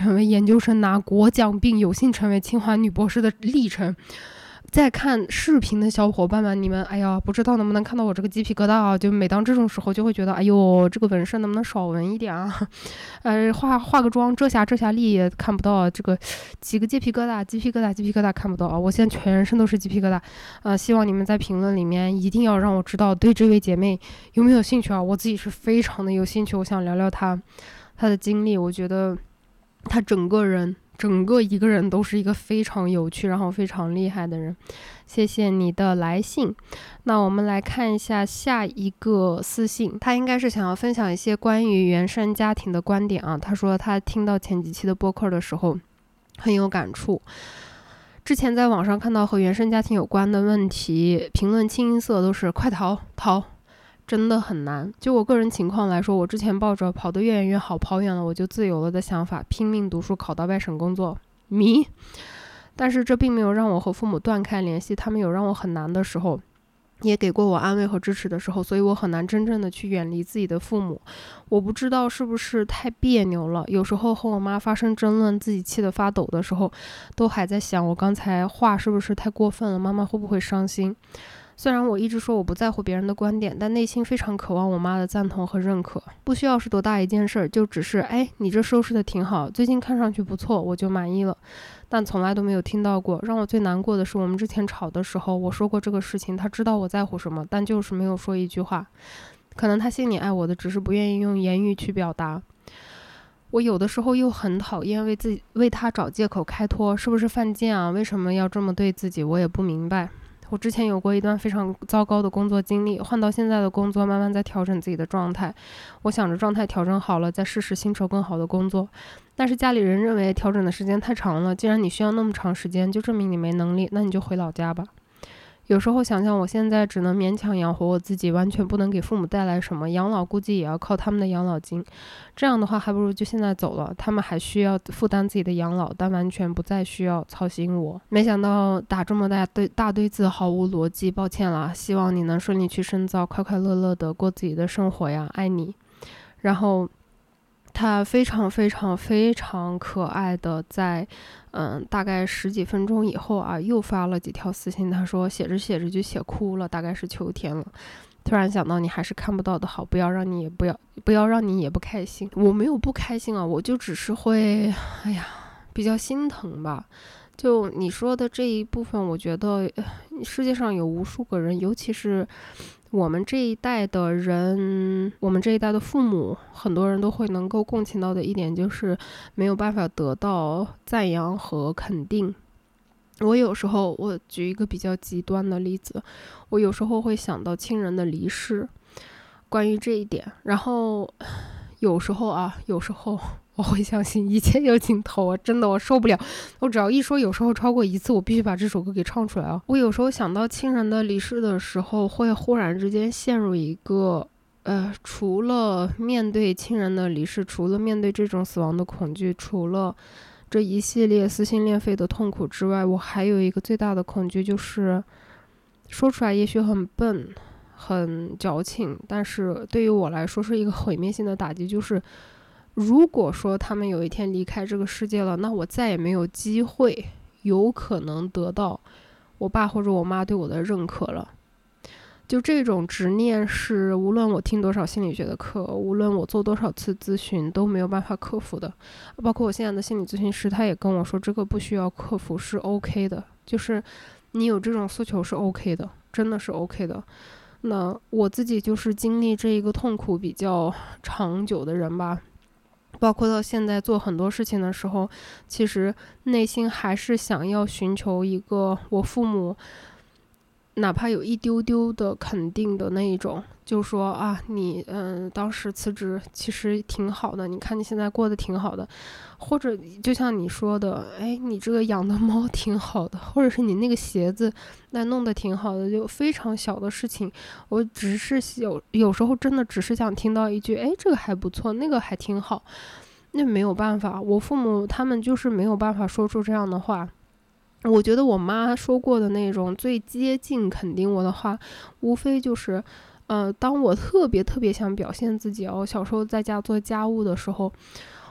成为研究生拿国奖并有幸成为清华女博士的历程。在看视频的小伙伴们，你们哎呀，不知道能不能看到我这个鸡皮疙瘩啊？就每当这种时候，就会觉得，哎呦，这个纹身能不能少纹一点啊？化个妆遮瑕力也看不到，这个几个鸡皮疙瘩看不到啊！我现在全身都是鸡皮疙瘩，希望你们在评论里面一定要让我知道对这位姐妹有没有兴趣啊！我自己是非常的有兴趣，我想聊聊她的经历，我觉得她整个一个人都是一个非常有趣然后非常厉害的人。谢谢你的来信。那我们来看一下下一个私信，他应该是想要分享一些关于原生家庭的观点啊。他说他听到前几期的播客的时候很有感触，之前在网上看到和原生家庭有关的问题，评论清一色都是快逃，真的很难。就我个人情况来说，我之前抱着跑得越远越好，跑远了我就自由了的想法，拼命读书考到外省工作但是这并没有让我和父母断开联系，他们有让我很难的时候，也给过我安慰和支持的时候，所以我很难真正的去远离自己的父母。我不知道是不是太别扭了，有时候和我妈发生争论，自己气得发抖的时候，都还在想我刚才话是不是太过分了，妈妈会不会伤心。虽然我一直说我不在乎别人的观点，但内心非常渴望我妈的赞同和认可。不需要是多大一件事，就只是你这收拾的挺好，最近看上去不错，我就满意了。但从来都没有听到过。让我最难过的是，我们之前吵的时候，我说过这个事情，他知道我在乎什么，但就是没有说一句话。可能他心里爱我的，只是不愿意用言语去表达。我有的时候又很讨厌为他找借口开脱，是不是犯贱啊？为什么要这么对自己？我也不明白。我之前有过一段非常糟糕的工作经历，换到现在的工作，慢慢在调整自己的状态。我想着状态调整好了，再试试薪酬更好的工作。但是家里人认为调整的时间太长了，既然你需要那么长时间，就证明你没能力，那你就回老家吧。有时候想想，我现在只能勉强养活我自己，完全不能给父母带来什么，养老估计也要靠他们的养老金。这样的话，还不如就现在走了，他们还需要负担自己的养老，但完全不再需要操心我。没想到打这么大堆字毫无逻辑，抱歉啦，希望你能顺利去深造，快快乐乐的过自己的生活呀，爱你。然后他非常非常非常可爱的在大概十几分钟以后啊，又发了几条私信。他说写着写着就写哭了，大概是秋天了，突然想到你还是看不到的好，不要让你也不开心。我没有不开心啊，我就只是会比较心疼吧。就你说的这一部分，我觉得世界上有无数个人，尤其是我们这一代的人，我们这一代的父母，很多人都会能够共情到的一点，就是没有办法得到赞扬和肯定。我有时候，我举一个比较极端的例子，我有时候会想到亲人的离世，关于这一点，然后有时候我会相信一切有尽头，真的我受不了。我只要一说有时候超过一次，我必须把这首歌给唱出来啊！我有时候想到亲人的离世的时候，会忽然之间陷入一个除了面对亲人的离世，除了面对这种死亡的恐惧，除了这一系列撕心裂肺的痛苦之外，我还有一个最大的恐惧，就是说出来也许很笨很矫情，但是对于我来说是一个毁灭性的打击，就是如果说他们有一天离开这个世界了，那我再也没有机会有可能得到我爸或者我妈对我的认可了。就这种执念是无论我听多少心理学的课，无论我做多少次咨询都没有办法克服的。包括我现在的心理咨询师，他也跟我说这个不需要克服，是 OK 的，就是你有这种诉求是 OK 的，真的是 OK 的。那我自己就是经历这一个痛苦比较长久的人吧，包括到现在做很多事情的时候，其实内心还是想要寻求一个我父母哪怕有一丢丢的肯定的那一种，就说啊，你当时辞职其实挺好的，你看你现在过得挺好的，或者就像你说的，你这个养的猫挺好的，或者是你那个鞋子那弄得挺好的，就非常小的事情，我只是有时候真的只是想听到一句，这个还不错，那个还挺好。那没有办法，我父母他们就是没有办法说出这样的话。我觉得我妈说过的那种最接近肯定我的话，无非就是当我特别特别想表现自己，我小时候在家做家务的时候，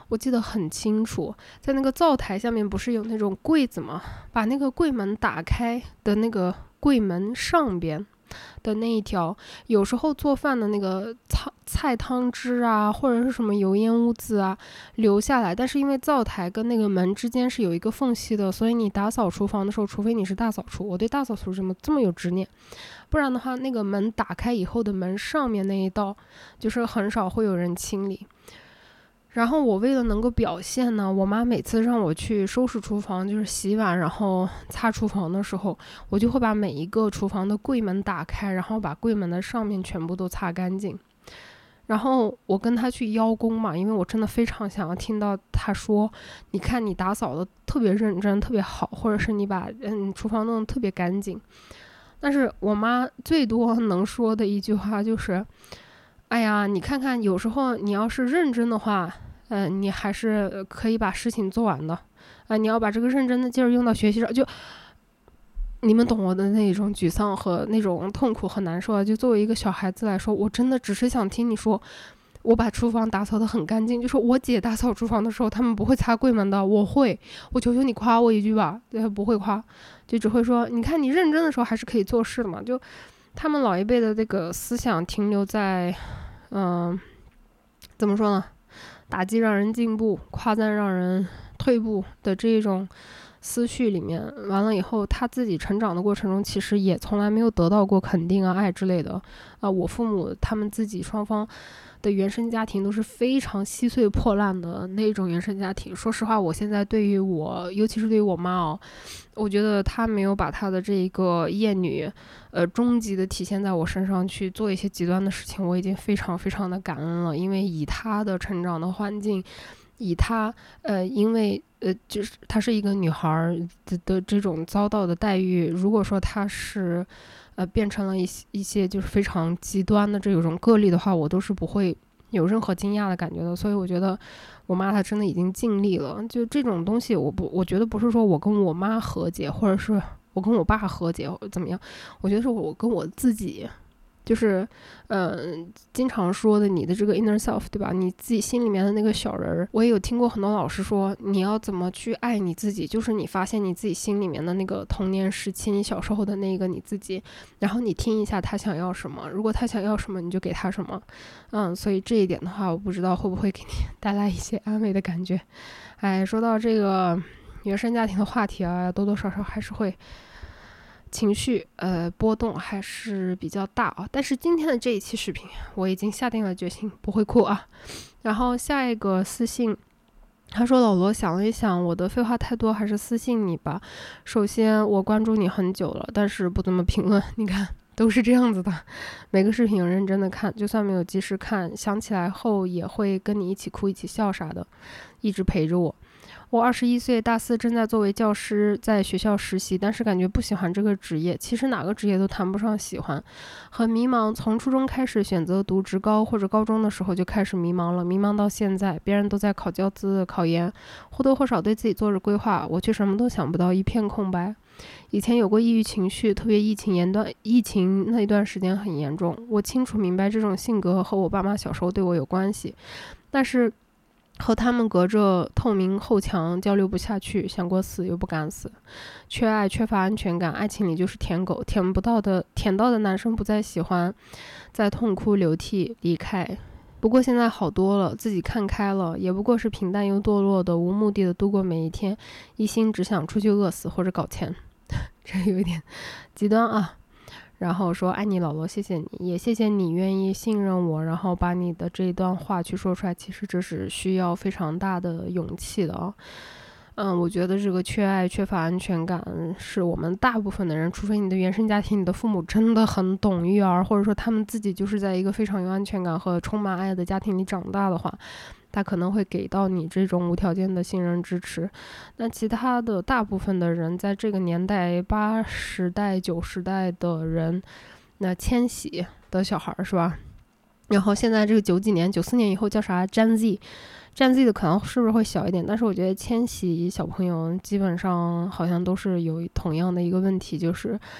我记得很清楚，在那个灶台下面不是有那种柜子吗？把那个柜门打开的那个柜门上边的那一条，有时候做饭的那个菜汤汁啊，或者是什么油烟污渍啊流下来，但是因为灶台跟那个门之间是有一个缝隙的，所以你打扫厨房的时候，除非你是大扫除，我对大扫除这么有执念，不然的话那个门打开以后的门上面那一道就是很少会有人清理。然后我为了能够表现呢，我妈每次让我去收拾厨房，就是洗碗然后擦厨房的时候，我就会把每一个厨房的柜门打开，然后把柜门的上面全部都擦干净。然后我跟她去邀功嘛，因为我真的非常想要听到她说，你看你打扫的特别认真特别好，或者是你把厨房弄得特别干净。但是我妈最多能说的一句话就是哎呀，你看看，有时候你要是认真的话，你还是可以把事情做完的，你要把这个认真的劲儿用到学习上，就你们懂我的那种沮丧和那种痛苦和难受啊。就作为一个小孩子来说，我真的只是想听你说，我把厨房打扫得很干净。就是我姐打扫厨房的时候，他们不会擦柜门的，我会，我求求你夸我一句吧，不会夸，就只会说，你看你认真的时候还是可以做事的嘛，就。他们老一辈的这个思想停留在，怎么说呢？打击让人进步，夸赞让人退步的这种思绪里面，完了以后，他自己成长的过程中，其实也从来没有得到过肯定啊、爱之类的。我父母他们自己双方的原生家庭都是非常稀碎破烂的那种原生家庭。说实话，我现在对于我，尤其是对于我妈我觉得她没有把她的这一个厌女，终极的体现在我身上去做一些极端的事情，我已经非常非常的感恩了。因为以她的成长的环境，以她因为就是她是一个女孩的这种遭到的待遇，如果说她是变成了一些就是非常极端的这种个例的话，我都是不会有任何惊讶的感觉的。所以我觉得我妈她真的已经尽力了。就这种东西，我觉得不是说我跟我妈和解，或者是我跟我爸和解怎么样，我觉得是我跟我自己。就是经常说的你的这个 inner self， 对吧？你自己心里面的那个小人儿，我也有听过很多老师说，你要怎么去爱你自己，就是你发现你自己心里面的那个童年时期，你小时候的那个你自己，然后你听一下他想要什么，如果他想要什么，你就给他什么。所以这一点的话，我不知道会不会给你带来一些安慰的感觉。说到这个原生家庭的话题啊，多多少少还是会情绪波动还是比较大啊。但是今天的这一期视频我已经下定了决心不会哭啊。然后下一个私信，他说老罗，想了一想，我的废话太多，还是私信你吧。首先我关注你很久了，但是不怎么评论，你看都是这样子的。每个视频认真的看，就算没有及时看，想起来后也会跟你一起哭一起笑啥的，一直陪着我。我21岁，大4，正在作为教师在学校实习，但是感觉不喜欢这个职业。其实哪个职业都谈不上喜欢，很迷茫。从初中开始选择读职高，或者高中的时候就开始迷茫了，迷茫到现在。别人都在考教资、考研，或多或少对自己做着规划，我却什么都想不到，一片空白。以前有过抑郁情绪，特别疫情那一段时间很严重。我清楚明白这种性格和我爸妈小时候对我有关系，但是和他们隔着透明厚墙交流不下去，想过死又不敢死，缺爱，缺乏安全感，爱情里就是舔狗，舔到的男生不再喜欢，再痛哭流涕离开。不过现在好多了，自己看开了，也不过是平淡又堕落的无目的的度过每一天，一心只想出去饿死或者搞钱。这有一点极端啊。然后说爱你老罗，谢谢你，也谢谢你愿意信任我，然后把你的这一段话去说出来，其实这是需要非常大的勇气的啊。我觉得这个缺爱、缺乏安全感是我们大部分的人，除非你的原生家庭、你的父母真的很懂育儿，或者说他们自己就是在一个非常有安全感和充满爱的家庭里长大的话，他可能会给到你这种无条件的信任支持。那其他的大部分的人在这个年代80代90代的人，那千禧的小孩是吧，然后现在这个90几年94年以后叫啥 Gen Z 的可能是不是会小一点，但是我觉得千禧小朋友基本上好像都是有同样的一个问题，就是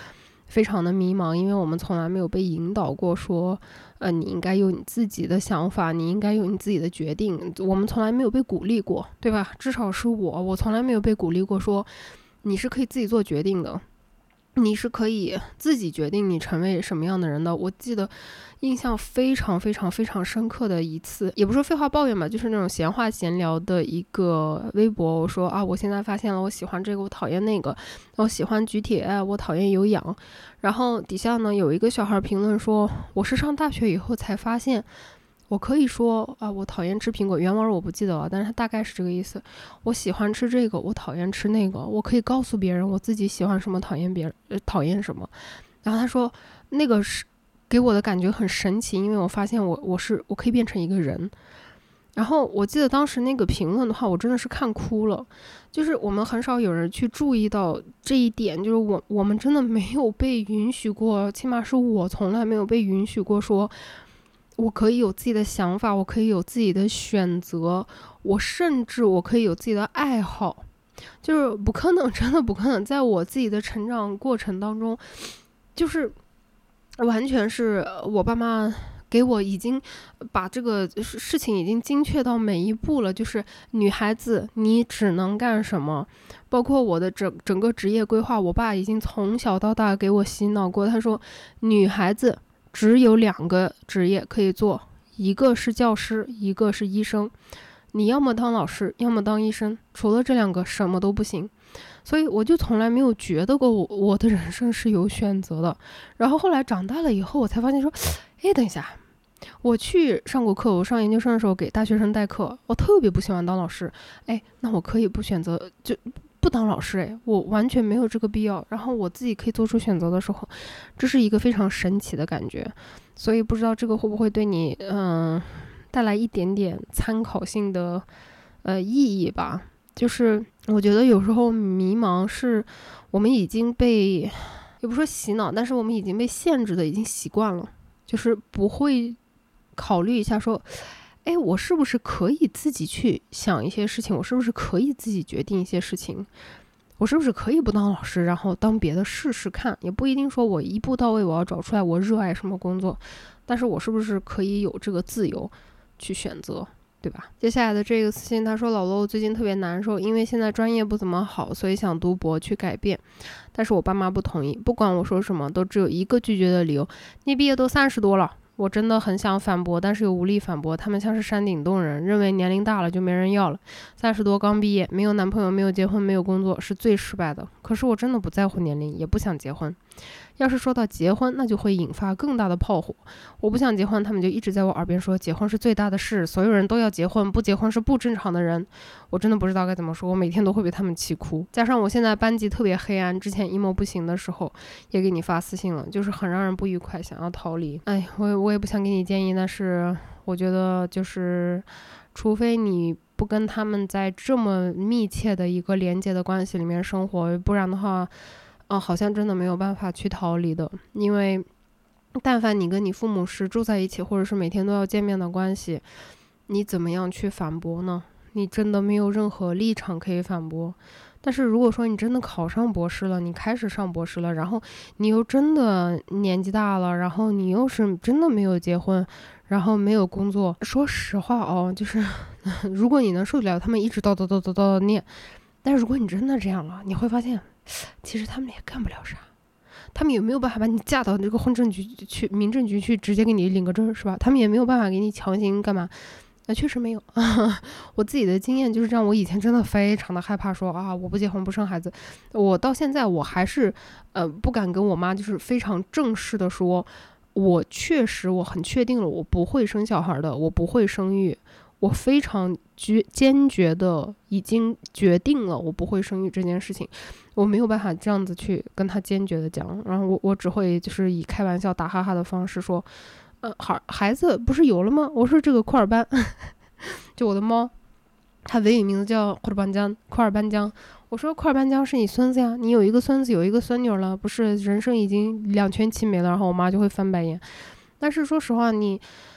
非常的迷茫，因为我们从来没有被引导过说，你应该有你自己的想法，你应该有你自己的决定，我们从来没有被鼓励过，对吧？至少是我从来没有被鼓励过说，你是可以自己做决定的，你是可以自己决定你成为什么样的人的。我记得印象非常非常非常深刻的一次，也不是废话抱怨吧，就是那种闲话闲聊的一个微博，我说啊，我现在发现了我喜欢这个，我讨厌那个，我喜欢举铁，我讨厌有氧。然后底下呢有一个小孩评论说，我是上大学以后才发现我可以说啊，我讨厌吃苹果，原文我不记得了，但是它大概是这个意思。我喜欢吃这个，我讨厌吃那个，我可以告诉别人我自己喜欢什么，讨厌别人，讨厌什么。然后他说那个是给我的感觉很神奇，因为我发现我可以变成一个人。然后我记得当时那个评论的话，我真的是看哭了。就是我们很少有人去注意到这一点，就是我们真的没有被允许过，起码是我从来没有被允许过说我可以有自己的想法，我可以有自己的选择，甚至我可以有自己的爱好，就是不可能，真的不可能。在我自己的成长过程当中，就是完全是我爸妈给我已经把这个事情已经精确到每一步了，就是女孩子你只能干什么，包括我的整个职业规划，我爸已经从小到大给我洗脑过，他说女孩子只有2个职业可以做，一个是教师，一个是医生，你要么当老师，要么当医生，除了这2个什么都不行。所以我就从来没有觉得过我的人生是有选择的。然后后来长大了以后，我才发现说，等一下，我去上过课，我上研究生的时候给大学生代课，我特别不喜欢当老师，那我可以不选择就不当老师，我完全没有这个必要。然后我自己可以做出选择的时候，这是一个非常神奇的感觉。所以不知道这个会不会对你带来一点点参考性的意义吧。就是我觉得有时候迷茫是我们已经被，也不说洗脑，但是我们已经被限制的已经习惯了，就是不会考虑一下说，我是不是可以自己去想一些事情，我是不是可以自己决定一些事情，我是不是可以不当老师，然后当别的试试看，也不一定说我一步到位我要找出来我热爱什么工作，但是我是不是可以有这个自由去选择，对吧？接下来的这个私信他说，老罗最近特别难受，因为现在专业不怎么好，所以想读博去改变，但是我爸妈不同意，不管我说什么都只有一个拒绝的理由，你毕业都30多了。我真的很想反驳，但是又无力反驳，他们像是山顶洞人，认为年龄大了就没人要了，30多刚毕业，没有男朋友，没有结婚，没有工作，是最失败的。可是我真的不在乎年龄，也不想结婚。要是说到结婚，那就会引发更大的炮火。我不想结婚，他们就一直在我耳边说结婚是最大的事，所有人都要结婚，不结婚是不正常的人。我真的不知道该怎么说，我每天都会被他们气哭。加上我现在班级特别黑暗，之前 emo 不行的时候也给你发私信了，就是很让人不愉快，想要逃离。我也不想给你建议，但是我觉得就是除非你不跟他们在这么密切的一个连接的关系里面生活，不然的话好像真的没有办法去逃离的。因为但凡你跟你父母是住在一起，或者是每天都要见面的关系，你怎么样去反驳呢？你真的没有任何立场可以反驳。但是如果说你真的考上博士了，你开始上博士了，然后你又真的年纪大了，然后你又是真的没有结婚，然后没有工作，说实话就是如果你能受得了他们一直叨念，但是如果你真的这样了，你会发现其实他们也干不了啥，他们也没有办法把你嫁到这个婚政局去、民政局去，直接给你领个证，是吧？他们也没有办法给你强行干嘛。确实没有我自己的经验就是这样。我以前真的非常的害怕说我不结婚不生孩子，我到现在我还是不敢跟我妈就是非常正式的说，我很确定了我不会生小孩的，我不会生育，我非常坚决的已经决定了我不会生育这件事情。我没有办法这样子去跟他坚决的讲，然后我只会就是以开玩笑打哈哈的方式说孩子不是有了吗？我说这个库尔班就我的猫，它维语名字叫库尔班江。我说库尔班江是你孙子呀，你有一个孙子有一个孙女了，不是人生已经两全其美了。然后我妈就会翻白眼。但是说实话，你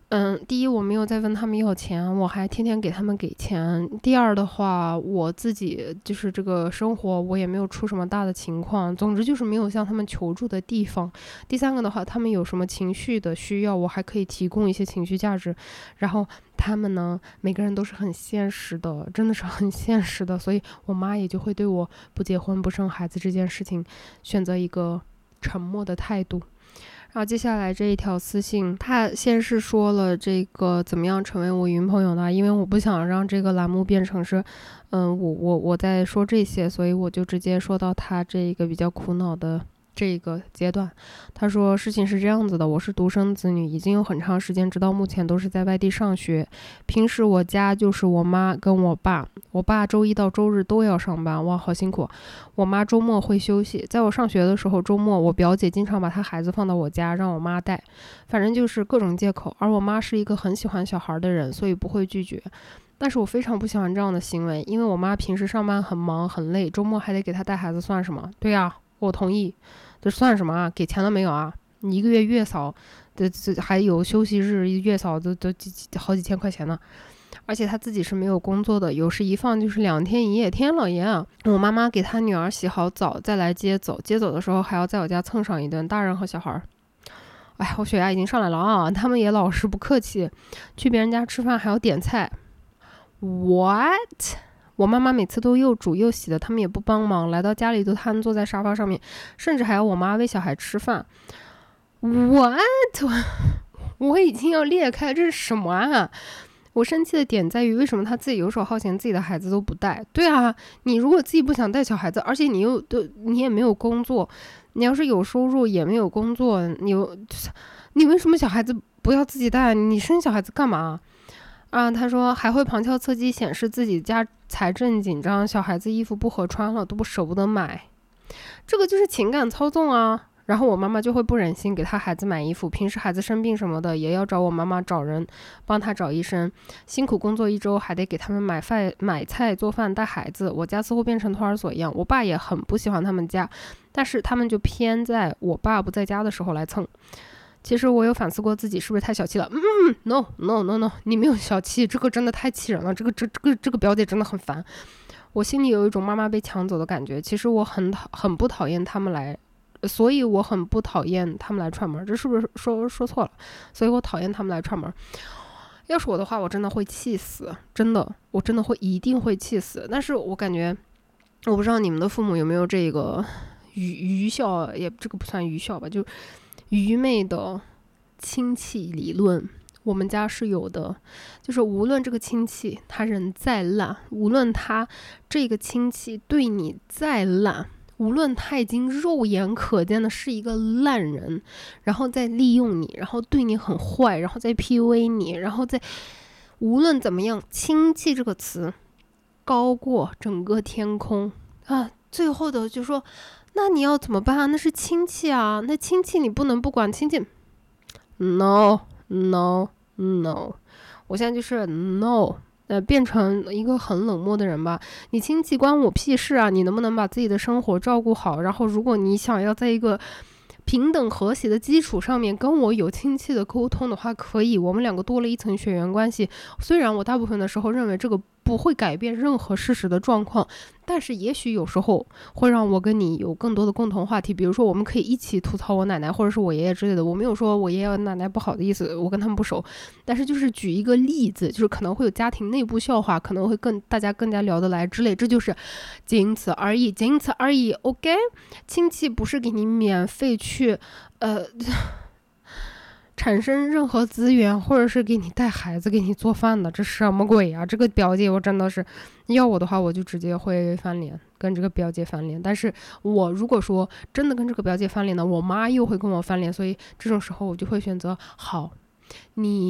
第一，我没有再问他们要钱，我还天天给他们给钱。第二的话，我自己就是这个生活，我也没有出什么大的情况。总之就是没有向他们求助的地方。第三个的话，他们有什么情绪的需要，我还可以提供一些情绪价值。然后他们呢，每个人都是很现实的，真的是很现实的，所以我妈也就会对我不结婚不生孩子这件事情选择一个沉默的态度。然后接下来这一条私信，他先是说了这个怎么样成为我云朋友的，因为我不想让这个栏目变成是，我在说这些，所以我就直接说到他这个比较苦恼的这个阶段。他说事情是这样子的，我是独生子女，已经有很长时间，直到目前都是在外地上学。平时我家就是我妈跟我爸，我爸周一到周日都要上班，哇，好辛苦。我妈周末会休息。在我上学的时候，周末我表姐经常把她孩子放到我家让我妈带，反正就是各种借口。而我妈是一个很喜欢小孩的人，所以不会拒绝。但是我非常不喜欢这样的行为，因为我妈平时上班很忙很累，周末还得给她带孩子，算什么？对呀，我同意。这算什么啊？给钱了没有啊？你一个月月嫂，这还有休息日，月嫂都好几千块钱呢。而且他自己是没有工作的，有时一放就是2天1夜，天老爷啊！我妈妈给他女儿洗好澡再来接走，接走的时候还要在我家蹭上一顿，大人和小孩。哎，我血压已经上来了啊！他们也老是不客气，去别人家吃饭还要点菜。What？我妈妈每次都又煮又洗的，他们也不帮忙，来到家里都瘫坐在沙发上面，甚至还要我妈喂小孩吃饭。What？ 我已经要裂开了，这是什么啊？我生气的点在于，为什么他自己游手好闲，自己的孩子都不带？对啊，你如果自己不想带小孩子，而且你也没有工作，你要是有收入也没有工作，你为什么小孩子不要自己带？你生小孩子干嘛？啊，他说还会旁敲侧击显示自己家财政紧张，小孩子衣服不合穿了都不舍不得买，这个就是情感操纵啊。然后我妈妈就会不忍心给他孩子买衣服，平时孩子生病什么的也要找我妈妈找人帮他找医生，辛苦工作1周还得给他们买菜做饭带孩子。我家似乎变成托儿所一样，我爸也很不喜欢他们家，但是他们就偏在我爸不在家的时候来蹭。其实我有反思过自己是不是太小气了。No， 你没有小气，这个真的太气人了，这个表姐真的很烦。我心里有一种妈妈被抢走的感觉。其实我很不讨厌他们来，所以我很不讨厌他们来串门。这是不是说错了？所以我讨厌他们来串门。要是我的话，我真的会气死，真的，我真的一定会气死。但是我感觉，我不知道你们的父母有没有这个愚孝，也这个不算愚孝吧，就愚昧的亲戚理论。我们家是有的，就是无论这个亲戚他人再烂，无论他这个亲戚对你再烂，无论他已经肉眼可见的是一个烂人，然后再利用你，然后对你很坏，然后再 PUA 你，然后再无论怎么样，亲戚这个词高过整个天空啊！最后的就说，那你要怎么办？那是亲戚啊，那亲戚你不能不管亲戚。No， 我现在就是 no， 变成一个很冷漠的人吧。你亲戚关我屁事啊！你能不能把自己的生活照顾好？然后，如果你想要在一个平等和谐的基础上面跟我有亲戚的沟通的话，可以，我们两个多了一层血缘关系。虽然我大部分的时候认为这个不会改变任何事实的状况，但是也许有时候会让我跟你有更多的共同话题。比如说我们可以一起吐槽我奶奶或者是我爷爷之类的。我没有说我爷爷奶奶不好的意思，我跟他们不熟，但是就是举一个例子，就是可能会有家庭内部笑话，可能会大家更加聊得来之类，这就是仅此而已。OK， 亲戚不是给你免费去产生任何资源，或者是给你带孩子给你做饭的，这什么鬼啊？这个表姐我真的是，要我的话我就直接会翻脸，跟这个表姐翻脸。但是我如果说真的跟这个表姐翻脸呢，我妈又会跟我翻脸，所以这种时候我就会选择好，你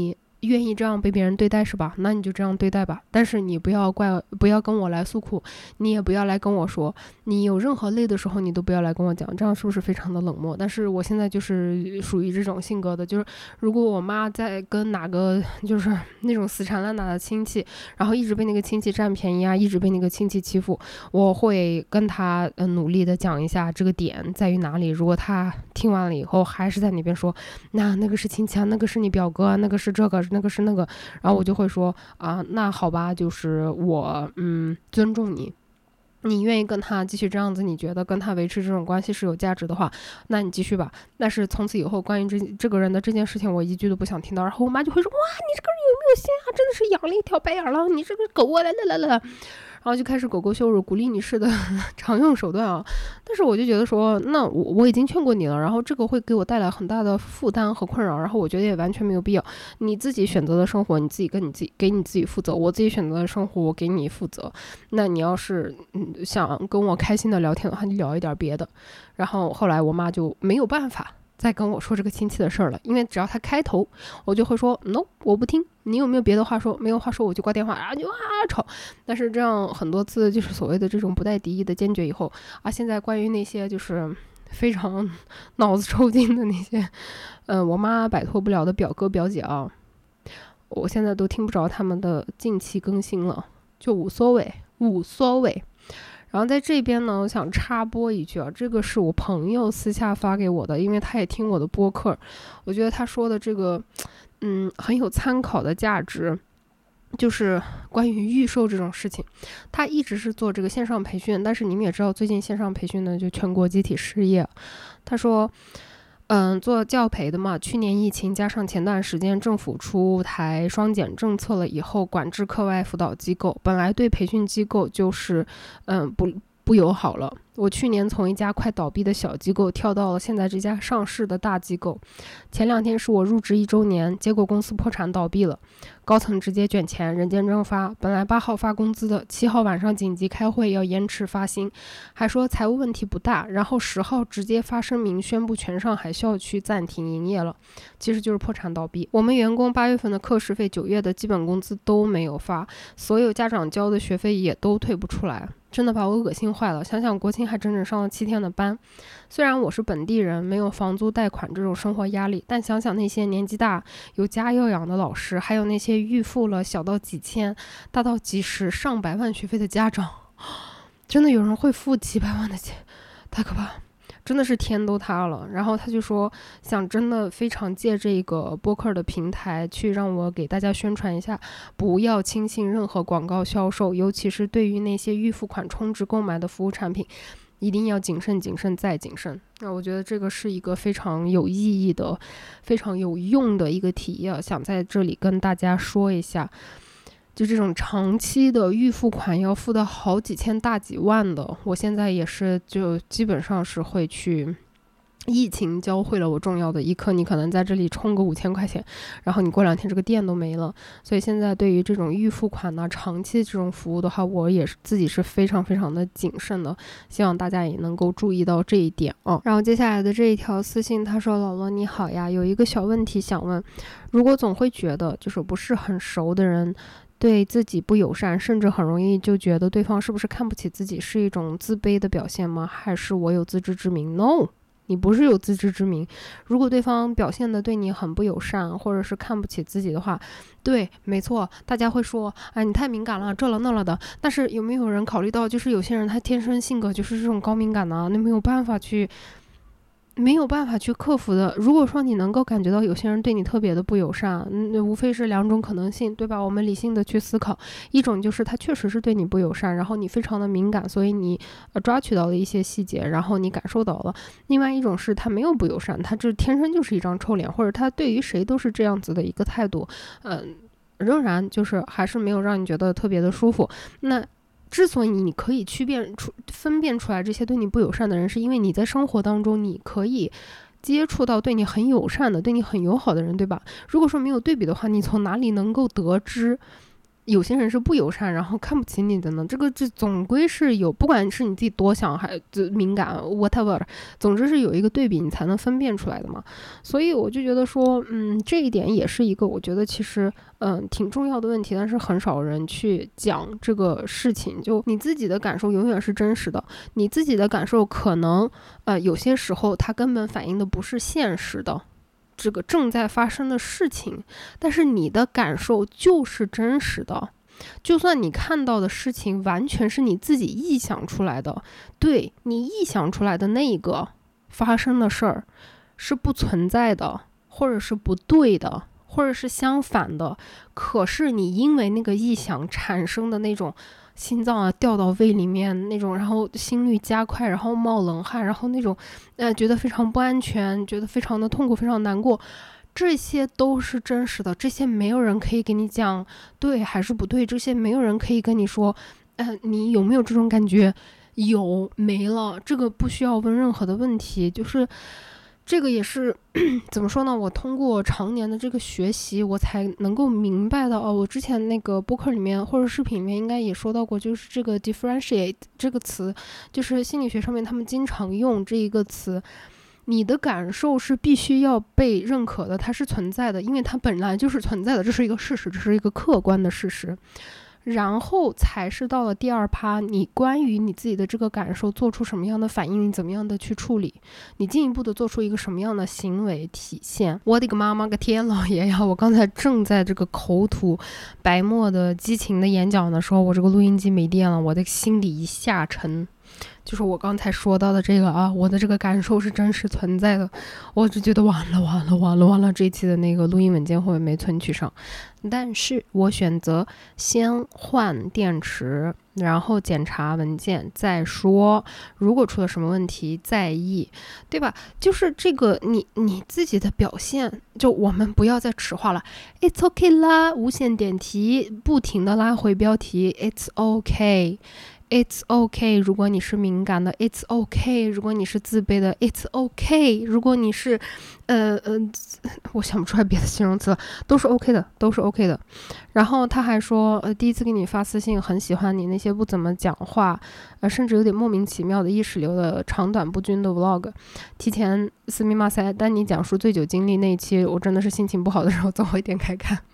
愿意这样被别人对待是吧？那你就这样对待吧，但是你不要跟我来诉苦，你也不要来跟我说，你有任何累的时候你都不要来跟我讲，这样是不是非常的冷漠？但是我现在就是属于这种性格的，就是如果我妈在跟哪个就是那种死缠烂打的亲戚，然后一直被那个亲戚占便宜啊，一直被那个亲戚欺负，我会跟他努力的讲一下这个点在于哪里。如果他听完了以后还是在那边说那个是亲戚啊，那个是你表哥啊，那个是这个，那个是那个，然后我就会说那好吧，就是我尊重你，你愿意跟他继续这样子，你觉得跟他维持这种关系是有价值的话，那你继续吧。但是从此以后关于这个人的这件事情我一句都不想听到。然后我妈就会说哇，你这个人有没有心啊，真的是养了一条白眼狼，你这个狗啊，来，然后就开始狗狗羞辱鼓励你式的常用手段啊。但是我就觉得说，那我已经劝过你了，然后这个会给我带来很大的负担和困扰，然后我觉得也完全没有必要。你自己选择的生活你自己给你自己负责，我自己选择的生活我给你负责。那你要是想跟我开心的聊天的话，你聊一点别的。然后后来我妈就没有办法再跟我说这个亲戚的事儿了，因为只要他开头，我就会说 no， 我不听，你有没有别的话说？没有话说我就挂电话，然后就吵。但是这样很多次就是所谓的这种不带敌意的坚决以后现在关于那些就是非常脑子抽筋的那些我妈摆脱不了的表哥表姐啊，我现在都听不着他们的近期更新了，就无所谓。然后在这边呢，我想插播一句这个是我朋友私下发给我的，因为他也听我的播客，我觉得他说的这个很有参考的价值，就是关于预售这种事情。他一直是做这个线上培训，但是你们也知道最近线上培训呢就全国集体失业。他说做教培的嘛，去年疫情加上前段时间政府出台双减政策了以后，管制课外辅导机构，本来对培训机构就是不友好了。我去年从一家快倒闭的小机构跳到了现在这家上市的大机构，前2天是我入职1周年，结果公司破产倒闭了，高层直接卷钱，人间蒸发。本来8号发工资的，7号晚上紧急开会要延迟发薪，还说财务问题不大，然后10号直接发声明宣布全上海校区暂停营业了，其实就是破产倒闭。我们员工8月份的课时费、9月的基本工资都没有发，所有家长交的学费也都退不出来，真的把我恶心坏了。想想国庆还整整上了7天的班，虽然我是本地人，没有房租贷款这种生活压力，但想想那些年纪大有家要养的老师，还有那些预付了小到几千大到几十上百万学费的家长，真的有人会付几百万的钱，太可怕，真的是天都塌了。然后他就说想真的非常借这个播客的平台去让我给大家宣传一下，不要轻信任何广告销售，尤其是对于那些预付款充值购买的服务产品，一定要谨慎再谨慎。那我觉得这个是一个非常有意义的非常有用的一个提议想在这里跟大家说一下。就这种长期的预付款要付到好几千大几万的，我现在也是就基本上是会去，疫情教会了我重要的一课，你可能在这里充个5000块钱，然后你过2天这个店都没了。所以现在对于这种预付款长期这种服务的话，我也是自己是非常非常的谨慎的，希望大家也能够注意到这一点然后接下来的这一条私信，他说老罗你好呀，有一个小问题想问，如果总会觉得就是不是很熟的人对自己不友善，甚至很容易就觉得对方是不是看不起自己，是一种自卑的表现吗？还是我有自知之明？ No， 你不是有自知之明。如果对方表现的对你很不友善，或者是看不起自己的话，对，没错，大家会说你太敏感了，这了那了的。但是有没有人考虑到，就是有些人他天生性格就是这种高敏感那没有办法去克服的。如果说你能够感觉到有些人对你特别的不友善，无非是2种可能性，对吧？我们理性的去思考，一种就是他确实是对你不友善，然后你非常的敏感，所以你抓取到了一些细节，然后你感受到了。另外一种是他没有不友善，他这天生就是一张臭脸，或者他对于谁都是这样子的一个态度，仍然就是还是没有让你觉得特别的舒服。那之所以你可以分辨出来这些对你不友善的人，是因为你在生活当中你可以接触到对你很友善的、对你很友好的人，对吧？如果说没有对比的话，你从哪里能够得知有些人是不友善，然后看不起你的呢？这总归是有，不管是你自己多想还敏感 whatever， 总之是有一个对比你才能分辨出来的嘛。所以我就觉得说，这一点也是一个我觉得其实挺重要的问题，但是很少人去讲这个事情。就你自己的感受永远是真实的，你自己的感受可能有些时候它根本反映的不是现实的这个正在发生的事情，但是你的感受就是真实的。就算你看到的事情完全是你自己臆想出来的，对，你臆想出来的那一个发生的事儿是不存在的，或者是不对的，或者是相反的，可是你因为那个臆想产生的那种心脏啊掉到胃里面那种，然后心率加快，然后冒冷汗，然后那种觉得非常不安全，觉得非常的痛苦，非常难过，这些都是真实的，这些没有人可以给你讲对还是不对，这些没有人可以跟你说你有没有这种感觉，有没了，这个不需要问任何的问题。就是这个也是怎么说呢，我通过常年的这个学习我才能够明白到我之前那个播客里面或者视频里面应该也说到过，就是这个 differentiate 这个词，就是心理学上面他们经常用这一个词，你的感受是必须要被认可的，它是存在的，因为它本来就是存在的，这是一个事实，这是一个客观的事实。然后才是到了第二趴，你关于你自己的这个感受做出什么样的反应，你怎么样的去处理，你进一步的做出一个什么样的行为体现。我的个妈妈个天老爷呀，我刚才正在这个口吐白沫的激情的演讲的时候，我这个录音机没电了，我的心里一下沉，就是我刚才说到的这个我的这个感受是真实存在的，我就觉得完了，这一期的那个录音文件会不会没存取上？但是我选择先换电池，然后检查文件再说，如果出了什么问题再议，对吧？就是这个你自己的表现，就我们不要再耻化了 ，It's okay 啦，无限点题，不停的拉回标题 ，It's okay。It's okay， 如果你是敏感的 ，It's okay， 如果你是自卑的 ，It's okay， 如果你是，我想不出来别的形容词了，都是 OK 的，都是 OK 的。然后他还说，第一次给你发私信，很喜欢你那些不怎么讲话，甚至有点莫名其妙的意识流的长短不均的 vlog。提前斯密马塞，但你讲述醉酒经历那一期，我真的是心情不好的时候总会点开看。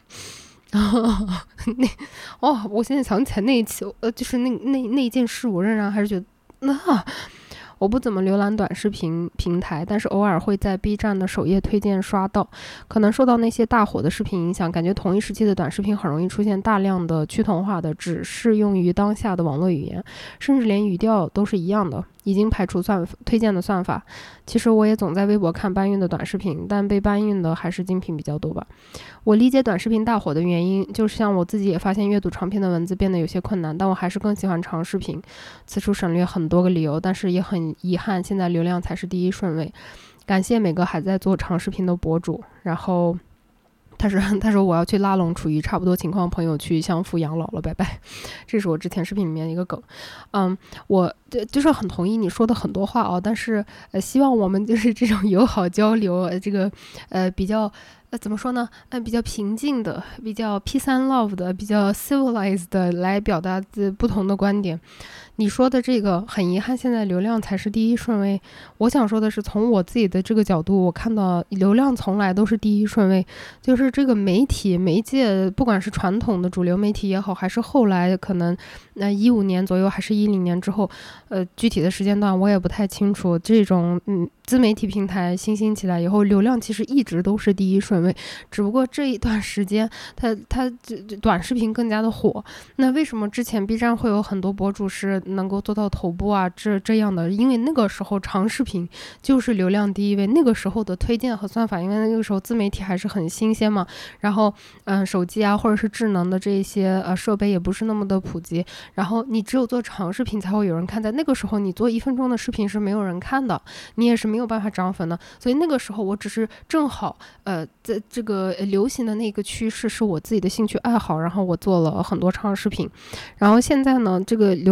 我现在想起来那一期，就是那一件事，我仍然还是觉得我不怎么浏览短视频平台，但是偶尔会在 B 站的首页推荐刷到，可能受到那些大火的视频影响，感觉同一时期的短视频很容易出现大量的趋同化的只适用于当下的网络语言，甚至连语调都是一样的，已经排除推荐的算法。其实我也总在微博看搬运的短视频，但被搬运的还是精品比较多吧。我理解短视频大火的原因，就是像我自己也发现阅读长篇的文字变得有些困难，但我还是更喜欢长视频。此处省略很多个理由，但是也很遗憾，现在流量才是第一顺位。感谢每个还在做长视频的博主。然后他说我要去拉拢处于差不多情况朋友去相夫养老了，拜拜。这是我之前视频里面的一个梗。我就是很同意你说的很多话但是希望我们就是这种友好交流，这个比较怎么说呢？比较平静的，比较 peace and love 的，比较 civilized 的来表达不同的观点。你说的这个很遗憾，现在流量才是第一顺位。我想说的是，从我自己的这个角度，我看到流量从来都是第一顺位。就是这个媒介，不管是传统的主流媒体也好，还是后来可能15年左右，还是10年之后，具体的时间段我也不太清楚。这种自媒体平台新兴起来以后，流量其实一直都是第一顺位，只不过这一段时间它短视频更加的火。那为什么之前 B 站会有很多博主是能够做到头部这样的？因为那个时候长视频就是流量第一位，那个时候的推荐和算法，因为那个时候自媒体还是很新鲜嘛，然后手机或者是智能的这些设备也不是那么的普及，然后你只有做长视频才会有人看，在那个时候你做1分钟的视频是没有人看的，你也是没有办法涨粉的。所以那个时候我只是正好在这个流行的那个趋势是我自己的兴趣爱好，然后我做了很多长视频。然后现在呢，这个流行的趋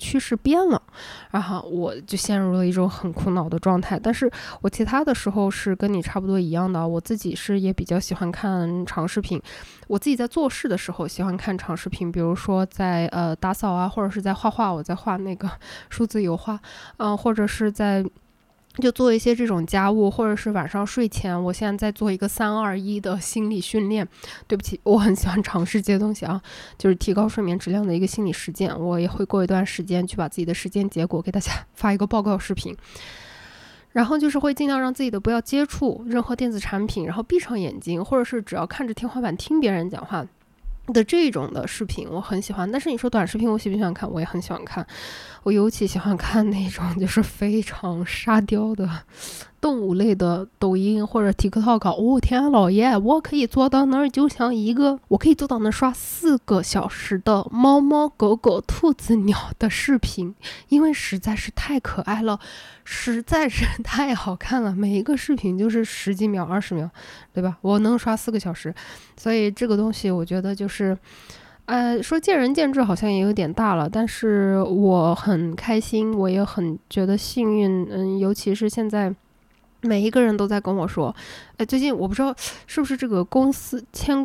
趋势变了，然后我就陷入了一种很苦恼的状态。但是我其他的时候是跟你差不多一样的，我自己是也比较喜欢看长视频，我自己在做事的时候喜欢看长视频，比如说在打扫啊，或者是在画画，我在画那个数字油画，或者是在就做一些这种家务，或者是晚上睡前，我现在在做一个3-2-1的心理训练。对不起，我很喜欢尝试这些东西啊，就是提高睡眠质量的一个心理实践。我也会过一段时间去把自己的实践结果给大家发一个报告视频。然后就是会尽量让自己的不要接触任何电子产品，然后闭上眼睛，或者是只要看着天花板听别人讲话的这种的视频我很喜欢。但是你说短视频我喜不喜欢看，我也很喜欢看。我尤其喜欢看那种就是非常沙雕的动物类的抖音或者 TikTok。 哦天啊老爷，我可以做到那儿，就像我可以做到那刷4个小时的猫猫狗狗兔子鸟的视频，因为实在是太可爱了，实在是太好看了，每一个视频就是10几秒20秒，对吧？我能刷4个小时，所以这个东西我觉得就是说见仁见智好像也有点大了，但是我很开心，我也很觉得幸运。尤其是现在每一个人都在跟我说，最近我不知道是不是这个公司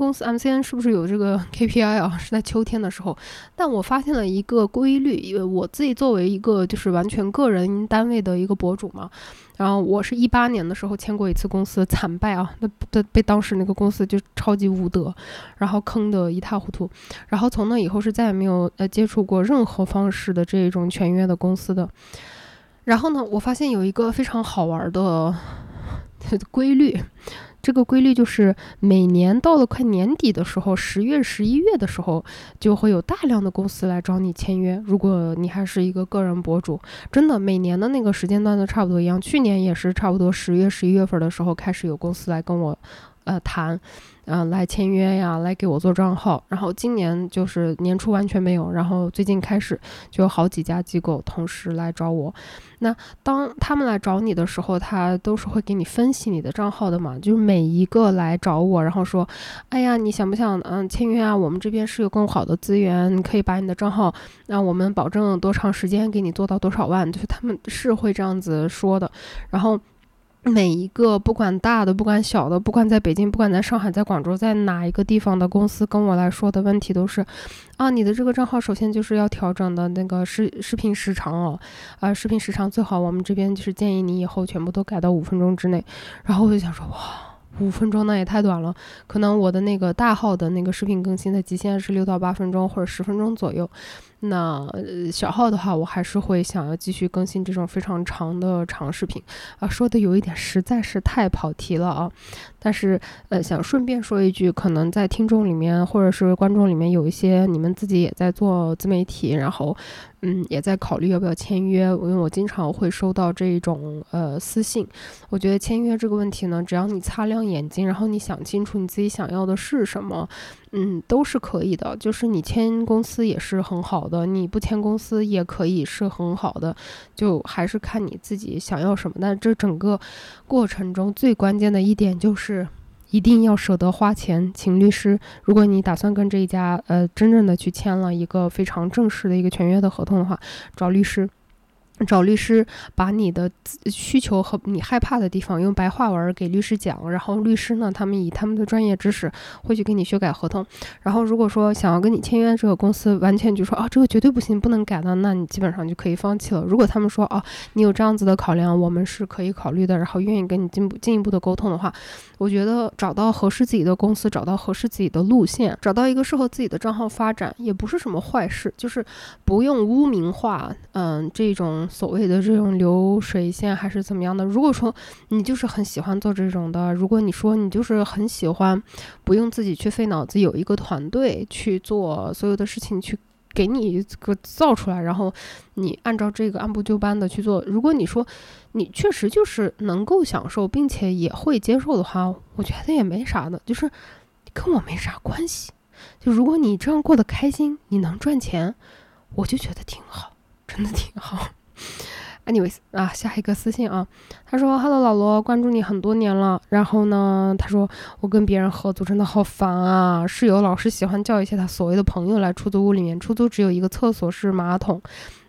MCN 是不是有这个 KPI 啊，是在秋天的时候，但我发现了一个规律，因为我自己作为一个就是完全个人单位的一个博主嘛，然后我是18年的时候签过一次公司，惨败啊，被当时那个公司就超级无德，然后坑得一塌糊涂，然后从那以后是再也没有接触过任何方式的这种全约的公司的。然后呢，我发现有一个非常好玩的规律，这个规律就是每年到了快年底的时候，10月11月的时候，就会有大量的公司来找你签约。如果你还是一个个人博主，真的每年的那个时间段都差不多一样，去年也是差不多10月11月份的时候开始有公司来跟我谈，来签约呀，来给我做账号。然后今年就是年初完全没有，然后最近开始就有好几家机构同时来找我。那当他们来找你的时候，他都是会给你分析你的账号的嘛，就是每一个来找我，然后说，哎呀，你想不想签约啊？我们这边是有更好的资源，你可以把你的账号，让我们保证多长时间给你做到多少万，就是他们是会这样子说的。然后每一个不管大的不管小的，不管在北京不管在上海在广州在哪一个地方的公司跟我来说的问题都是你的这个账号首先就是要调整的那个视频时长哦，视频时长最好我们这边就是建议你以后全部都改到5分钟之内。然后我就想说，哇，5分钟那也太短了，可能我的那个大号的那个视频更新的极限是6到8分钟或者10分钟左右。那小号的话，我还是会想要继续更新这种非常长的长视频说的有一点实在是太跑题了啊。但是想顺便说一句，可能在听众里面或者是观众里面有一些你们自己也在做自媒体，然后也在考虑要不要签约，因为我经常会收到这种私信。我觉得签约这个问题呢，只要你擦亮眼睛，然后你想清楚你自己想要的是什么，都是可以的。就是你签公司也是很好的，你不签公司也可以是很好的，就还是看你自己想要什么。但这整个过程中最关键的一点就是一定要舍得花钱请律师。如果你打算跟这一家真正的去签了一个非常正式的一个全约的合同的话，找律师把你的需求和你害怕的地方用白话文给律师讲，然后律师呢，他们以他们的专业知识会去给你修改合同。然后如果说想要跟你签约这个公司完全就说这个绝对不行不能改的，那你基本上就可以放弃了。如果他们说你有这样子的考量，我们是可以考虑的，然后愿意跟你进一步的沟通的话，我觉得找到合适自己的公司，找到合适自己的路线，找到一个适合自己的账号发展也不是什么坏事。就是不用污名化这种所谓的这种流水线还是怎么样的。如果说你就是很喜欢做这种的，如果你说你就是很喜欢不用自己去费脑子，有一个团队去做所有的事情，去给你个造出来，然后你按照这个按部就班的去做，如果你说你确实就是能够享受并且也会接受的话，我觉得也没啥的，就是跟我没啥关系。就如果你这样过得开心，你能赚钱，我就觉得挺好，真的挺好。anyways 下一个私信他说 Hello 老罗，关注你很多年了，然后呢他说我跟别人合租真的好烦啊，室友老是喜欢叫一些他所谓的朋友来出租屋里面，出租只有一个厕所是马桶，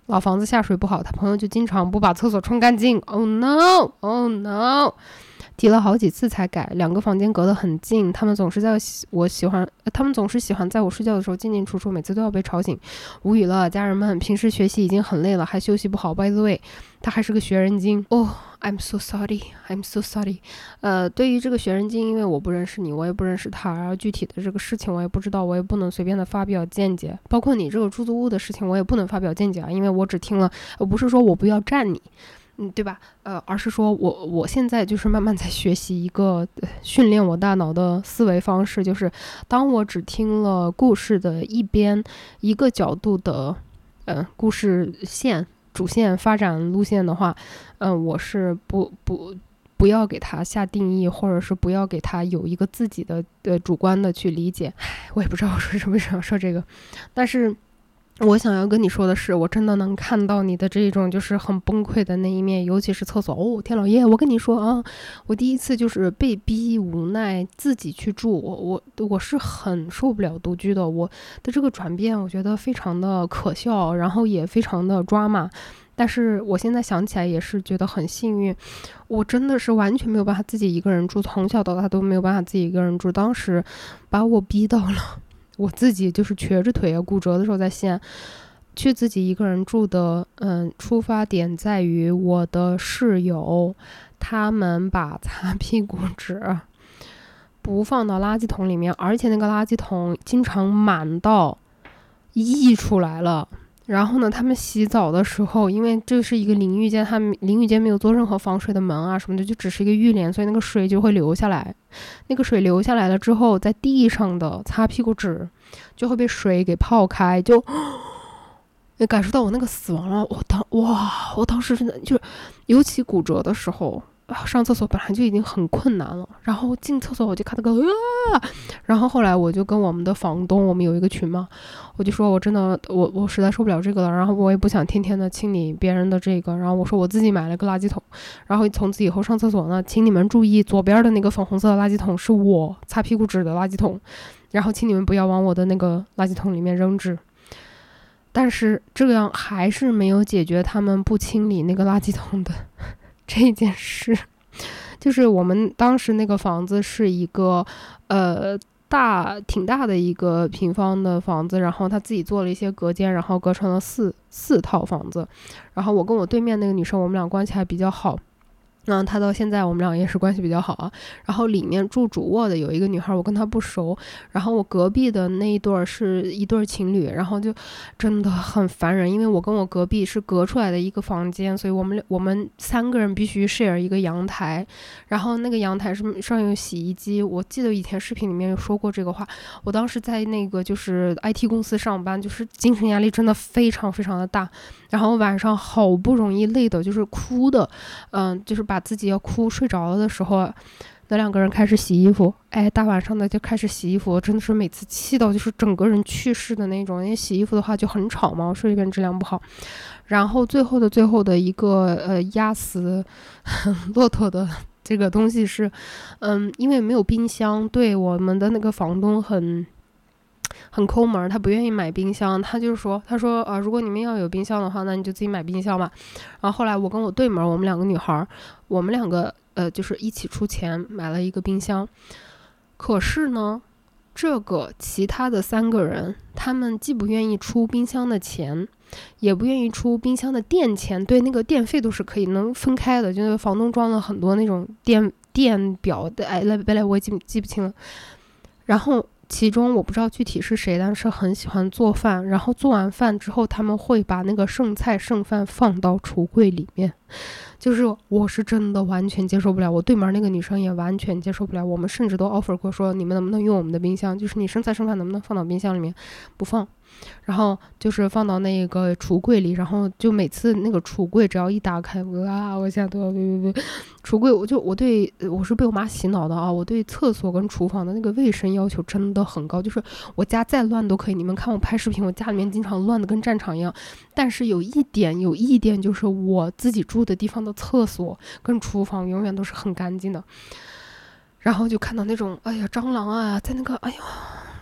老房子下水不好，他朋友就经常不把厕所冲干净。Oh no, oh no！提了好几次才改，两个房间隔得很近，他们总是喜欢在我睡觉的时候进进出出，每次都要被吵醒，无语了。家人们，平时学习已经很累了，还休息不好。By the way， 他还是个学人精。I'm so sorry, I'm so sorry。对于这个学人精，因为我不认识你，我也不认识他，然后具体的这个事情我也不知道，我也不能随便的发表见解。包括你这个出租屋的事情，我也不能发表见解啊，因为我只听了，不是说我不要站你。对吧？而是说我现在就是慢慢在学习一个训练我大脑的思维方式，就是当我只听了故事的一个角度的故事线主线发展路线的话，我是不要给它下定义，或者是不要给它有一个自己的主观的去理解。我也不知道我说为什么要说这个，但是我想要跟你说的是，我真的能看到你的这种就是很崩溃的那一面，尤其是厕所。天老爷，我跟你说啊，我第一次就是被逼无奈自己去住，我是很受不了独居的。我的这个转变，我觉得非常的可笑，然后也非常的抓马。但是我现在想起来也是觉得很幸运，我真的是完全没有办法自己一个人住，从小到大都没有办法自己一个人住，当时把我逼到了。我自己就是瘸着腿骨折的时候在西安去自己一个人住的，出发点在于我的室友他们把擦屁股纸不放到垃圾桶里面，而且那个垃圾桶经常满到溢出来了。然后呢，他们洗澡的时候，因为这是一个淋浴间，他们淋浴间没有做任何防水的门啊什么的，就只是一个浴帘，所以那个水就会流下来。那个水流下来了之后，在地上的擦屁股纸就会被水给泡开，就感受到我那个死亡了。我当时真的就是，尤其骨折的时候。上厕所本来就已经很困难了，然后进厕所我就看到个然后后来我就跟我们的房东，我们有一个群嘛，我就说我真的我实在受不了这个了，然后我也不想天天的清理别人的这个，然后我说我自己买了个垃圾桶，然后从此以后上厕所呢，请你们注意左边的那个粉红色的垃圾桶是我擦屁股纸的垃圾桶，然后请你们不要往我的那个垃圾桶里面扔纸。但是这样还是没有解决他们不清理那个垃圾桶的这件事。就是我们当时那个房子是一个挺大的一个平方的房子，然后他自己做了一些隔间，然后隔成了四套房子。然后我跟我对面那个女生，我们俩关系还比较好。她到现在我们俩也是关系比较好啊。然后里面住主卧的有一个女孩，我跟她不熟。然后我隔壁的那一对是一对情侣，然后就真的很烦人，因为我跟我隔壁是隔出来的一个房间，所以我们3个人必须 share 一个阳台。然后那个阳台上有洗衣机，我记得以前视频里面有说过这个话。我当时在那个就是 IT 公司上班，就是精神压力真的非常非常的大。然后晚上好不容易累的就是哭的，就是把自己要哭睡着了的时候，那2个人开始洗衣服，大晚上的就开始洗衣服，我真的是每次气到就是整个人去世的那种，因为洗衣服的话就很吵嘛，我睡眠质量不好。然后最后的一个压死骆驼的这个东西是，因为没有冰箱，对我们的那个房东很抠门，他不愿意买冰箱，他说如果你们要有冰箱的话，那你就自己买冰箱吧。然后后来我跟我对门，我们2个女孩，我们2个就是一起出钱买了一个冰箱。可是呢，这个其他的3个人，他们既不愿意出冰箱的钱，也不愿意出冰箱的电钱，对，那个电费都是可以能分开的，就是房东装了很多那种电表的，我也记不清了。然后其中我不知道具体是谁，但是很喜欢做饭，然后做完饭之后他们会把那个剩菜剩饭放到橱柜里面。就是我是真的完全接受不了，我对面那个女生也完全接受不了，我们甚至都 offer 过说你们能不能用我们的冰箱，就是你剩菜剩饭能不能放到冰箱里面，不放，然后就是放到那个橱柜里，然后就每次那个橱柜只要一打开，我现在都要橱柜，我是被我妈洗脑的啊，我对厕所跟厨房的那个卫生要求真的很高，就是我家再乱都可以，你们看我拍视频，我家里面经常乱的跟战场一样，但是有一点就是我自己住的地方的厕所跟厨房永远都是很干净的。然后就看到那种蟑螂啊，在那个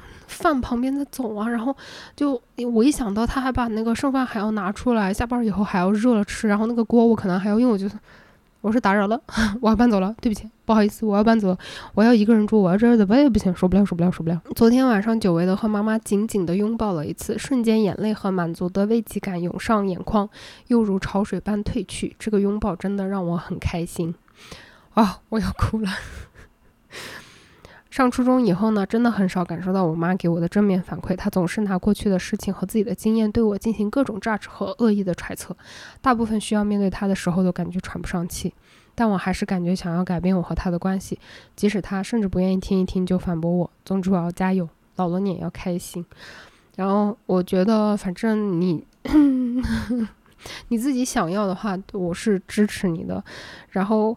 饭旁边在走啊，然后就我一想到他还把那个剩饭还要拿出来，下班以后还要热了吃，然后那个锅我可能还要用，我是打扰了，我要搬走了，对不起，不好意思，我要搬走了，我要一个人住，我要这不行，受不了。昨天晚上久违的和妈妈紧紧的拥抱了一次，瞬间眼泪和满足的慰藉感涌上眼眶，又如潮水般退去。这个拥抱真的让我很开心我要哭了。上初中以后呢，真的很少感受到我妈给我的正面反馈，她总是拿过去的事情和自己的经验对我进行各种榨汁和恶意的揣测，大部分需要面对她的时候都感觉喘不上气，但我还是感觉想要改变我和她的关系，即使她甚至不愿意听一听就反驳我。总之我要加油，老了你也要开心。然后我觉得反正你你自己想要的话，我是支持你的。然后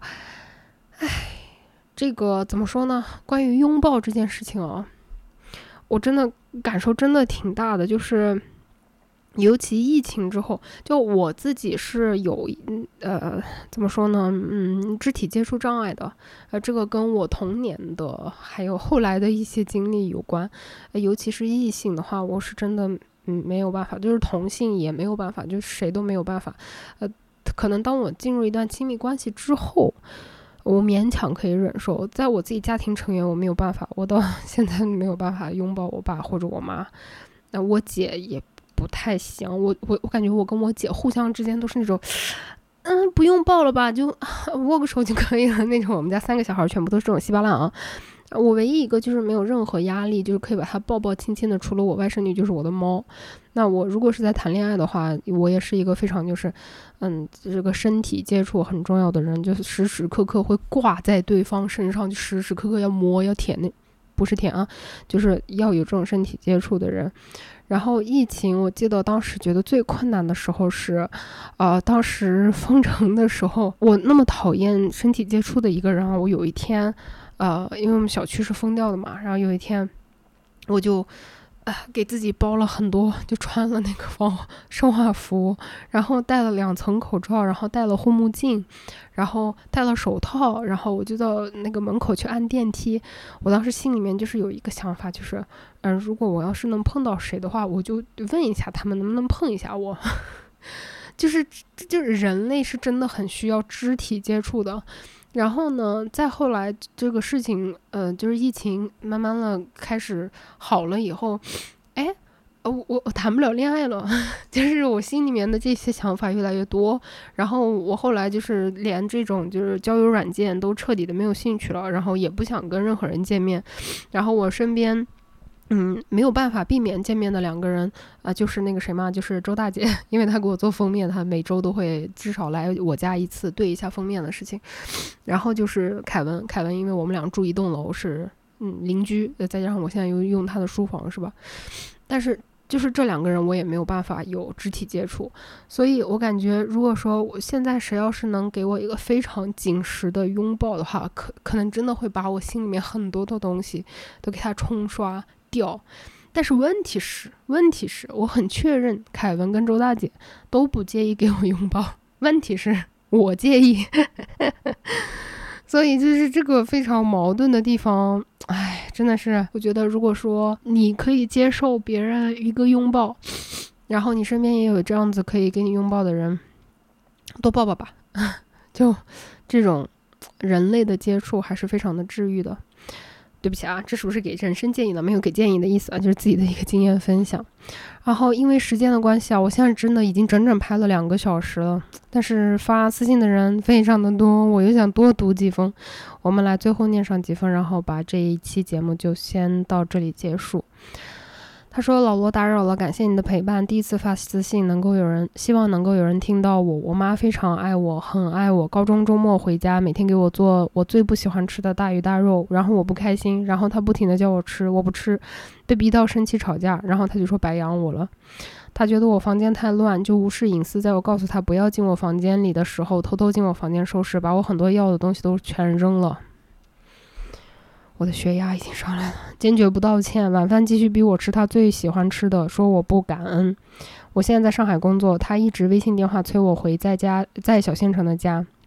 这个怎么说呢？关于拥抱这件事情我真的感受真的挺大的，就是尤其疫情之后，就我自己是有怎么说呢？肢体接触障碍的，这个跟我童年的还有后来的一些经历有关，尤其是异性的话，我是真的没有办法，就是同性也没有办法，就是谁都没有办法。可能当我进入一段亲密关系之后，我勉强可以忍受，在我自己家庭成员我没有办法，我到现在没有办法拥抱我爸或者我妈，那我姐也不太行，我感觉我跟我姐互相之间都是那种不用抱了吧，就握个手就可以了那种。我们家3个小孩全部都是这种稀巴烂我唯一一个就是没有任何压力，就是可以把它抱抱亲亲的，除了我外甥女就是我的猫。那我如果是在谈恋爱的话，我也是一个非常就是这个身体接触很重要的人，就是时时刻刻会挂在对方身上，就时时刻刻要摸要舔，那不是舔就是要有这种身体接触的人。然后疫情我记得当时觉得最困难的时候是当时封城的时候，我那么讨厌身体接触的一个人我有一天因为我们小区是封掉的嘛，然后有一天我就给自己包了很多，就穿了那个生化服，然后戴了2层口罩，然后戴了护目镜，然后戴了手套，然后我就到那个门口去按电梯。我当时心里面就是有一个想法，就是如果我要是能碰到谁的话，我就问一下他们能不能碰一下我。就是人类是真的很需要肢体接触的。然后呢，再后来这个事情，就是疫情慢慢的开始好了以后，我谈不了恋爱了，就是我心里面的这些想法越来越多。然后我后来就是连这种就是交友软件都彻底的没有兴趣了，然后也不想跟任何人见面。然后我身边没有办法避免见面的2个人就是那个谁嘛，就是周大姐，因为她给我做封面，她每周都会至少来我家一次对一下封面的事情。然后就是凯文，因为我们俩住一栋楼是邻居，再加上我现在又用他的书房是吧？但是就是这2个人我也没有办法有肢体接触，所以我感觉如果说我现在谁要是能给我一个非常紧实的拥抱的话，可能真的会把我心里面很多的东西都给它冲刷掉。但是问题是我很确认凯文跟周大姐都不介意给我拥抱，问题是我介意。所以就是这个非常矛盾的地方，真的是我觉得如果说你可以接受别人一个拥抱，然后你身边也有这样子可以给你拥抱的人，多抱抱吧。就这种人类的接触还是非常的治愈的。对不起这是不是给人生建议呢？没有给建议的意思就是自己的一个经验分享。然后因为时间的关系我现在真的已经整整拍了2个小时了，但是发私信的人非常的多，我又想多读几封，我们来最后念上几封，然后把这一期节目就先到这里结束。他说老罗打扰了，感谢你的陪伴，第一次发私信希望能够有人听到我妈非常爱我，很爱我，高中周末回家每天给我做我最不喜欢吃的大鱼大肉，然后我不开心，然后他不停的叫我吃，我不吃，被逼到生气吵架，然后他就说白养我了。他觉得我房间太乱，就无视隐私，在我告诉他不要进我房间里的时候，偷偷进我房间收拾，把我很多要的东西都全扔了。我的血压已经上来了，坚决不道歉，晚饭继续逼我吃他最喜欢吃的，说我不感恩。我现在在上海工作，他一直微信电话催我回在小县城的家，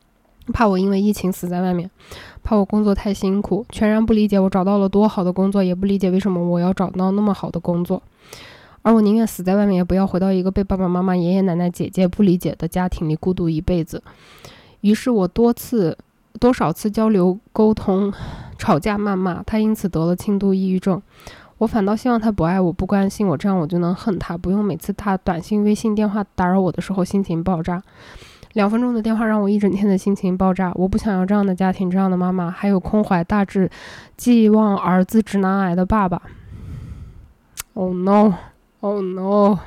怕我因为疫情死在外面，怕我工作太辛苦，全然不理解我找到了多好的工作，也不理解为什么我要找到那么好的工作。而我宁愿死在外面，也不要回到一个被爸爸妈妈、爷爷奶奶、姐姐不理解的家庭里孤独一辈子。于是我多少次交流沟通，吵架谩骂，他因此得了轻度抑郁症。我反倒希望他不爱我，不关心我，这样我就能恨他，不用每次他短信、微信、电话打扰我的时候心情爆炸。2分钟的电话让我一整天的心情爆炸。我不想要这样的家庭，这样的妈妈，还有空怀大志寄望儿子直男癌的爸爸。Oh no, oh no。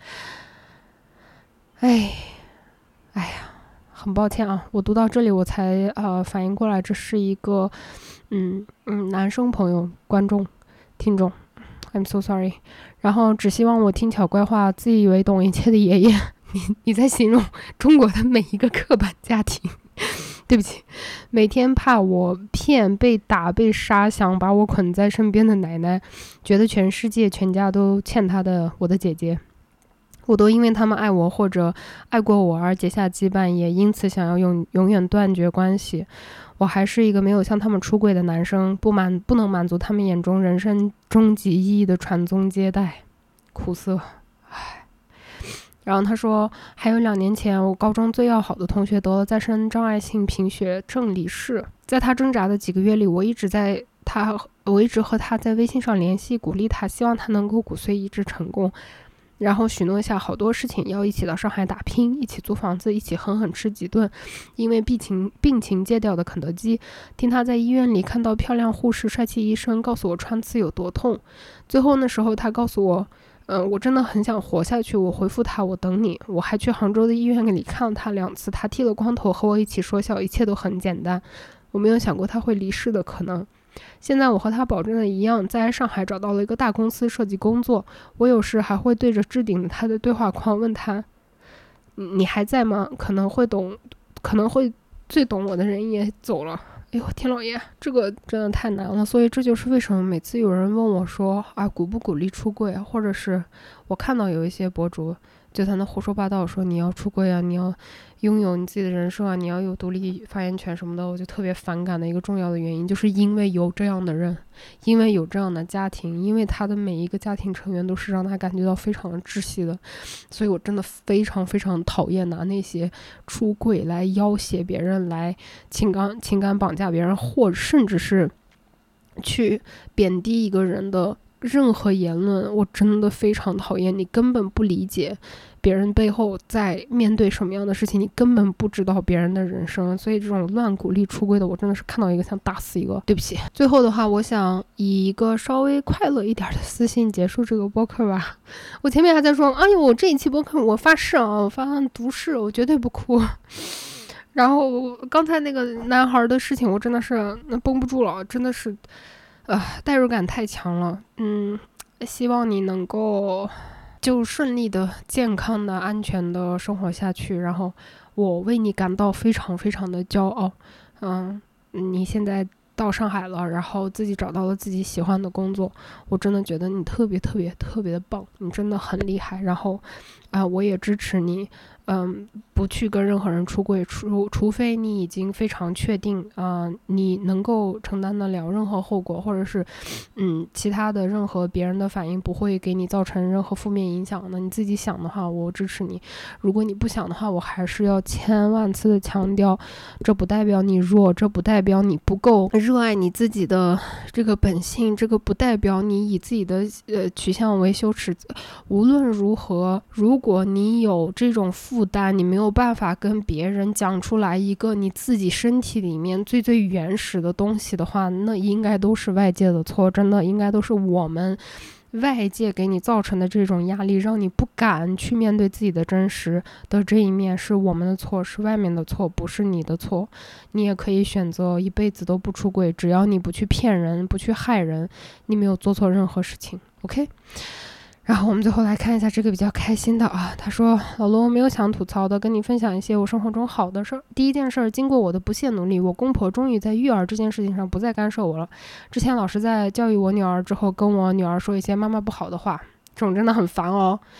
哎呀，很抱歉啊，我读到这里我才反应过来，这是一个男生朋友、观众、听众。I'm so sorry。 然后只希望我听巧怪话、自以为懂一切的爷爷，你在形容中国的每一个刻板家庭。对不起，每天怕我骗、被打、被杀，想把我捆在身边的奶奶，觉得全世界全家都欠她的我的姐姐，我都因为他们爱我或者爱过我而结下羁绊，也因此想要永远断绝关系。我还是一个没有向他们出柜的男生，不能满足他们眼中人生终极意义的传宗接代，苦涩。然后他说，还有2年前，我高中最要好的同学得了再生障碍性贫血症离世。在他挣扎的几个月里，我一直和他在微信上联系，鼓励他，希望他能够骨髓移植成功，然后许诺下好多事情，要一起到上海打拼，一起租房子，一起狠狠吃几顿因为病情戒掉的肯德基，听他在医院里看到漂亮护士、帅气医生，告诉我穿刺有多痛。最后那时候他告诉我，我真的很想活下去。我回复他，我等你。我还去杭州的医院里看了他2次，他剃了光头和我一起说笑，一切都很简单。我没有想过他会离世的可能。现在我和他保证的一样，在上海找到了一个大公司设计工作。我有时还会对着置顶他的对话框问他，你还在吗？可能会最懂我的人也走了。哎呦天老爷，这个真的太难了。所以这就是为什么每次有人问我说鼓不鼓励出柜啊，或者是我看到有一些博主就在那胡说八道说你要出柜啊，你要拥有你自己的人生啊，你要有独立发言权什么的，我就特别反感的一个重要的原因，就是因为有这样的人，因为有这样的家庭，因为他的每一个家庭成员都是让他感觉到非常的窒息的。所以我真的非常非常讨厌拿那些出柜来要挟别人，来情感绑架别人，或者甚至是去贬低一个人的任何言论，我真的非常讨厌。你根本不理解别人背后在面对什么样的事情，你根本不知道别人的人生，所以这种乱鼓励出柜的，我真的是看到一个想打死一个。对不起。最后的话，我想以一个稍微快乐一点的私信结束这个播客吧。我前面还在说，哎呦，我这一期播客我发誓啊，我发毒誓，我绝对不哭。然后刚才那个男孩的事情，我真的是绷不住了，真的是代入感太强了。希望你能够就顺利的、健康的、安全的生活下去，然后我为你感到非常非常的骄傲。你现在到上海了，然后自己找到了自己喜欢的工作，我真的觉得你特别特别特别的棒，你真的很厉害。然后我也支持你不去跟任何人出柜，除非你已经非常确定你能够承担得了任何后果，或者是其他的任何别人的反应不会给你造成任何负面影响的，你自己想的话我支持你。如果你不想的话，我还是要千万次的强调，这不代表你弱，这不代表你不够热爱你自己的这个本性，这个不代表你以自己的取向为羞耻。无论如何，如果你有这种负担，你没有办法跟别人讲出来一个你自己身体里面最最原始的东西的话，那应该都是外界的错，真的应该都是我们外界给你造成的这种压力，让你不敢去面对自己的真实的这一面，是我们的错，是外面的错，不是你的错。你也可以选择一辈子都不出柜，只要你不去骗人，不去害人，你没有做错任何事情。 OK。然后我们最后来看一下这个比较开心的他说，老罗，我没有想吐槽的，跟你分享一些我生活中好的事儿。第一件事，经过我的不懈努力，我公婆终于在育儿这件事情上不再干涉我了。之前老师在教育我女儿之后，跟我女儿说一些妈妈不好的话，这种真的很烦哦。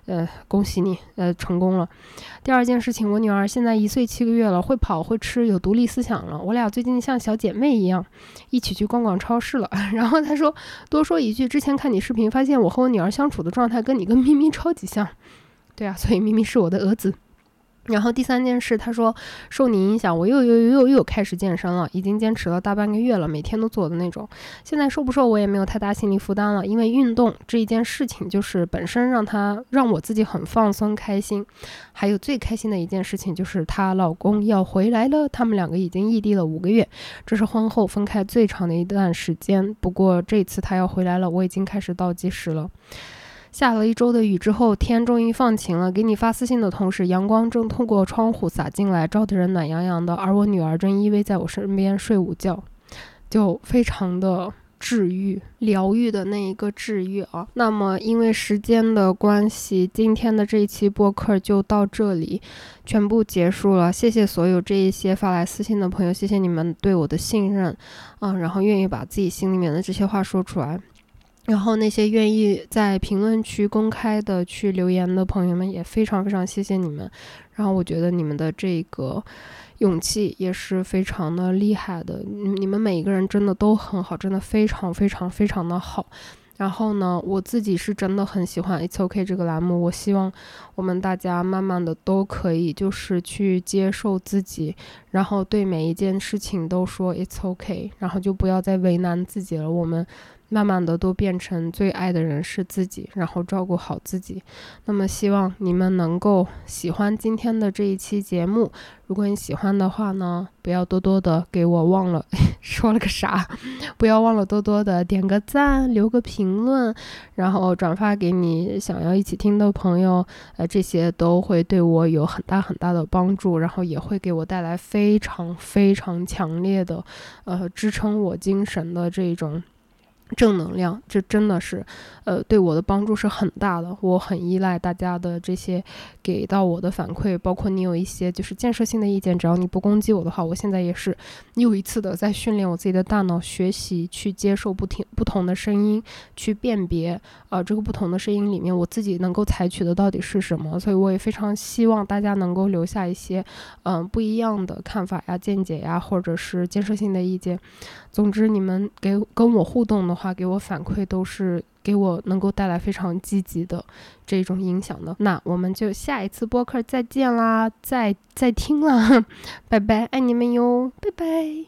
恭喜你，成功了。第二件事情，我女儿现在1岁7个月了，会跑会吃，有独立思想了。我俩最近像小姐妹一样，一起去逛逛超市了。然后她说，多说一句，之前看你视频发现我和我女儿相处的状态跟你跟咪咪超级像。对啊，所以咪咪是我的儿子。然后第三件事，他说受你影响，我又开始健身了，已经坚持了大半个月了，每天都做的那种。现在瘦不瘦我也没有太大心理负担了，因为运动这一件事情就是本身让我自己很放松开心。还有最开心的一件事情就是她老公要回来了，他们2个已经异地了5个月，这是婚后分开最长的一段时间。不过这次他要回来了，我已经开始倒计时了。下了1周的雨之后，天终于放晴了。给你发私信的同时，阳光正透过窗户洒进来，照得人暖洋洋的。而我女儿正依偎在我身边睡午觉，就非常的治愈、疗愈的那一个治愈啊。那么因为时间的关系，今天的这一期播客就到这里全部结束了。谢谢所有这一些发来私信的朋友，谢谢你们对我的信任然后愿意把自己心里面的这些话说出来。然后那些愿意在评论区公开的去留言的朋友们也非常非常谢谢你们。然后我觉得你们的这个勇气也是非常的厉害的，你们每一个人真的都很好，真的非常非常非常的好。然后呢，我自己是真的很喜欢 It's OK 这个栏目，我希望我们大家慢慢的都可以就是去接受自己，然后对每一件事情都说 It's OK， 然后就不要再为难自己了，我们慢慢的都变成最爱的人是自己，然后照顾好自己。那么希望你们能够喜欢今天的这一期节目，如果你喜欢的话呢，不要多多的给我忘了说了个啥，不要忘了多多的点个赞，留个评论，然后转发给你想要一起听的朋友，这些都会对我有很大很大的帮助，然后也会给我带来非常非常强烈的支撑我精神的这种正能量。这真的是对我的帮助是很大的，我很依赖大家的这些给到我的反馈，包括你有一些就是建设性的意见，只要你不攻击我的话，我现在也是又一次的在训练我自己的大脑，学习去接受不同的声音，去辨别这个不同的声音里面我自己能够采取的到底是什么。所以我也非常希望大家能够留下一些不一样的看法呀、见解呀，或者是建设性的意见。总之你们跟我互动的话，给我反馈都是给我能够带来非常积极的这种影响的。那我们就下一次播客再见啦，再听啦拜拜，爱你们哟，拜拜。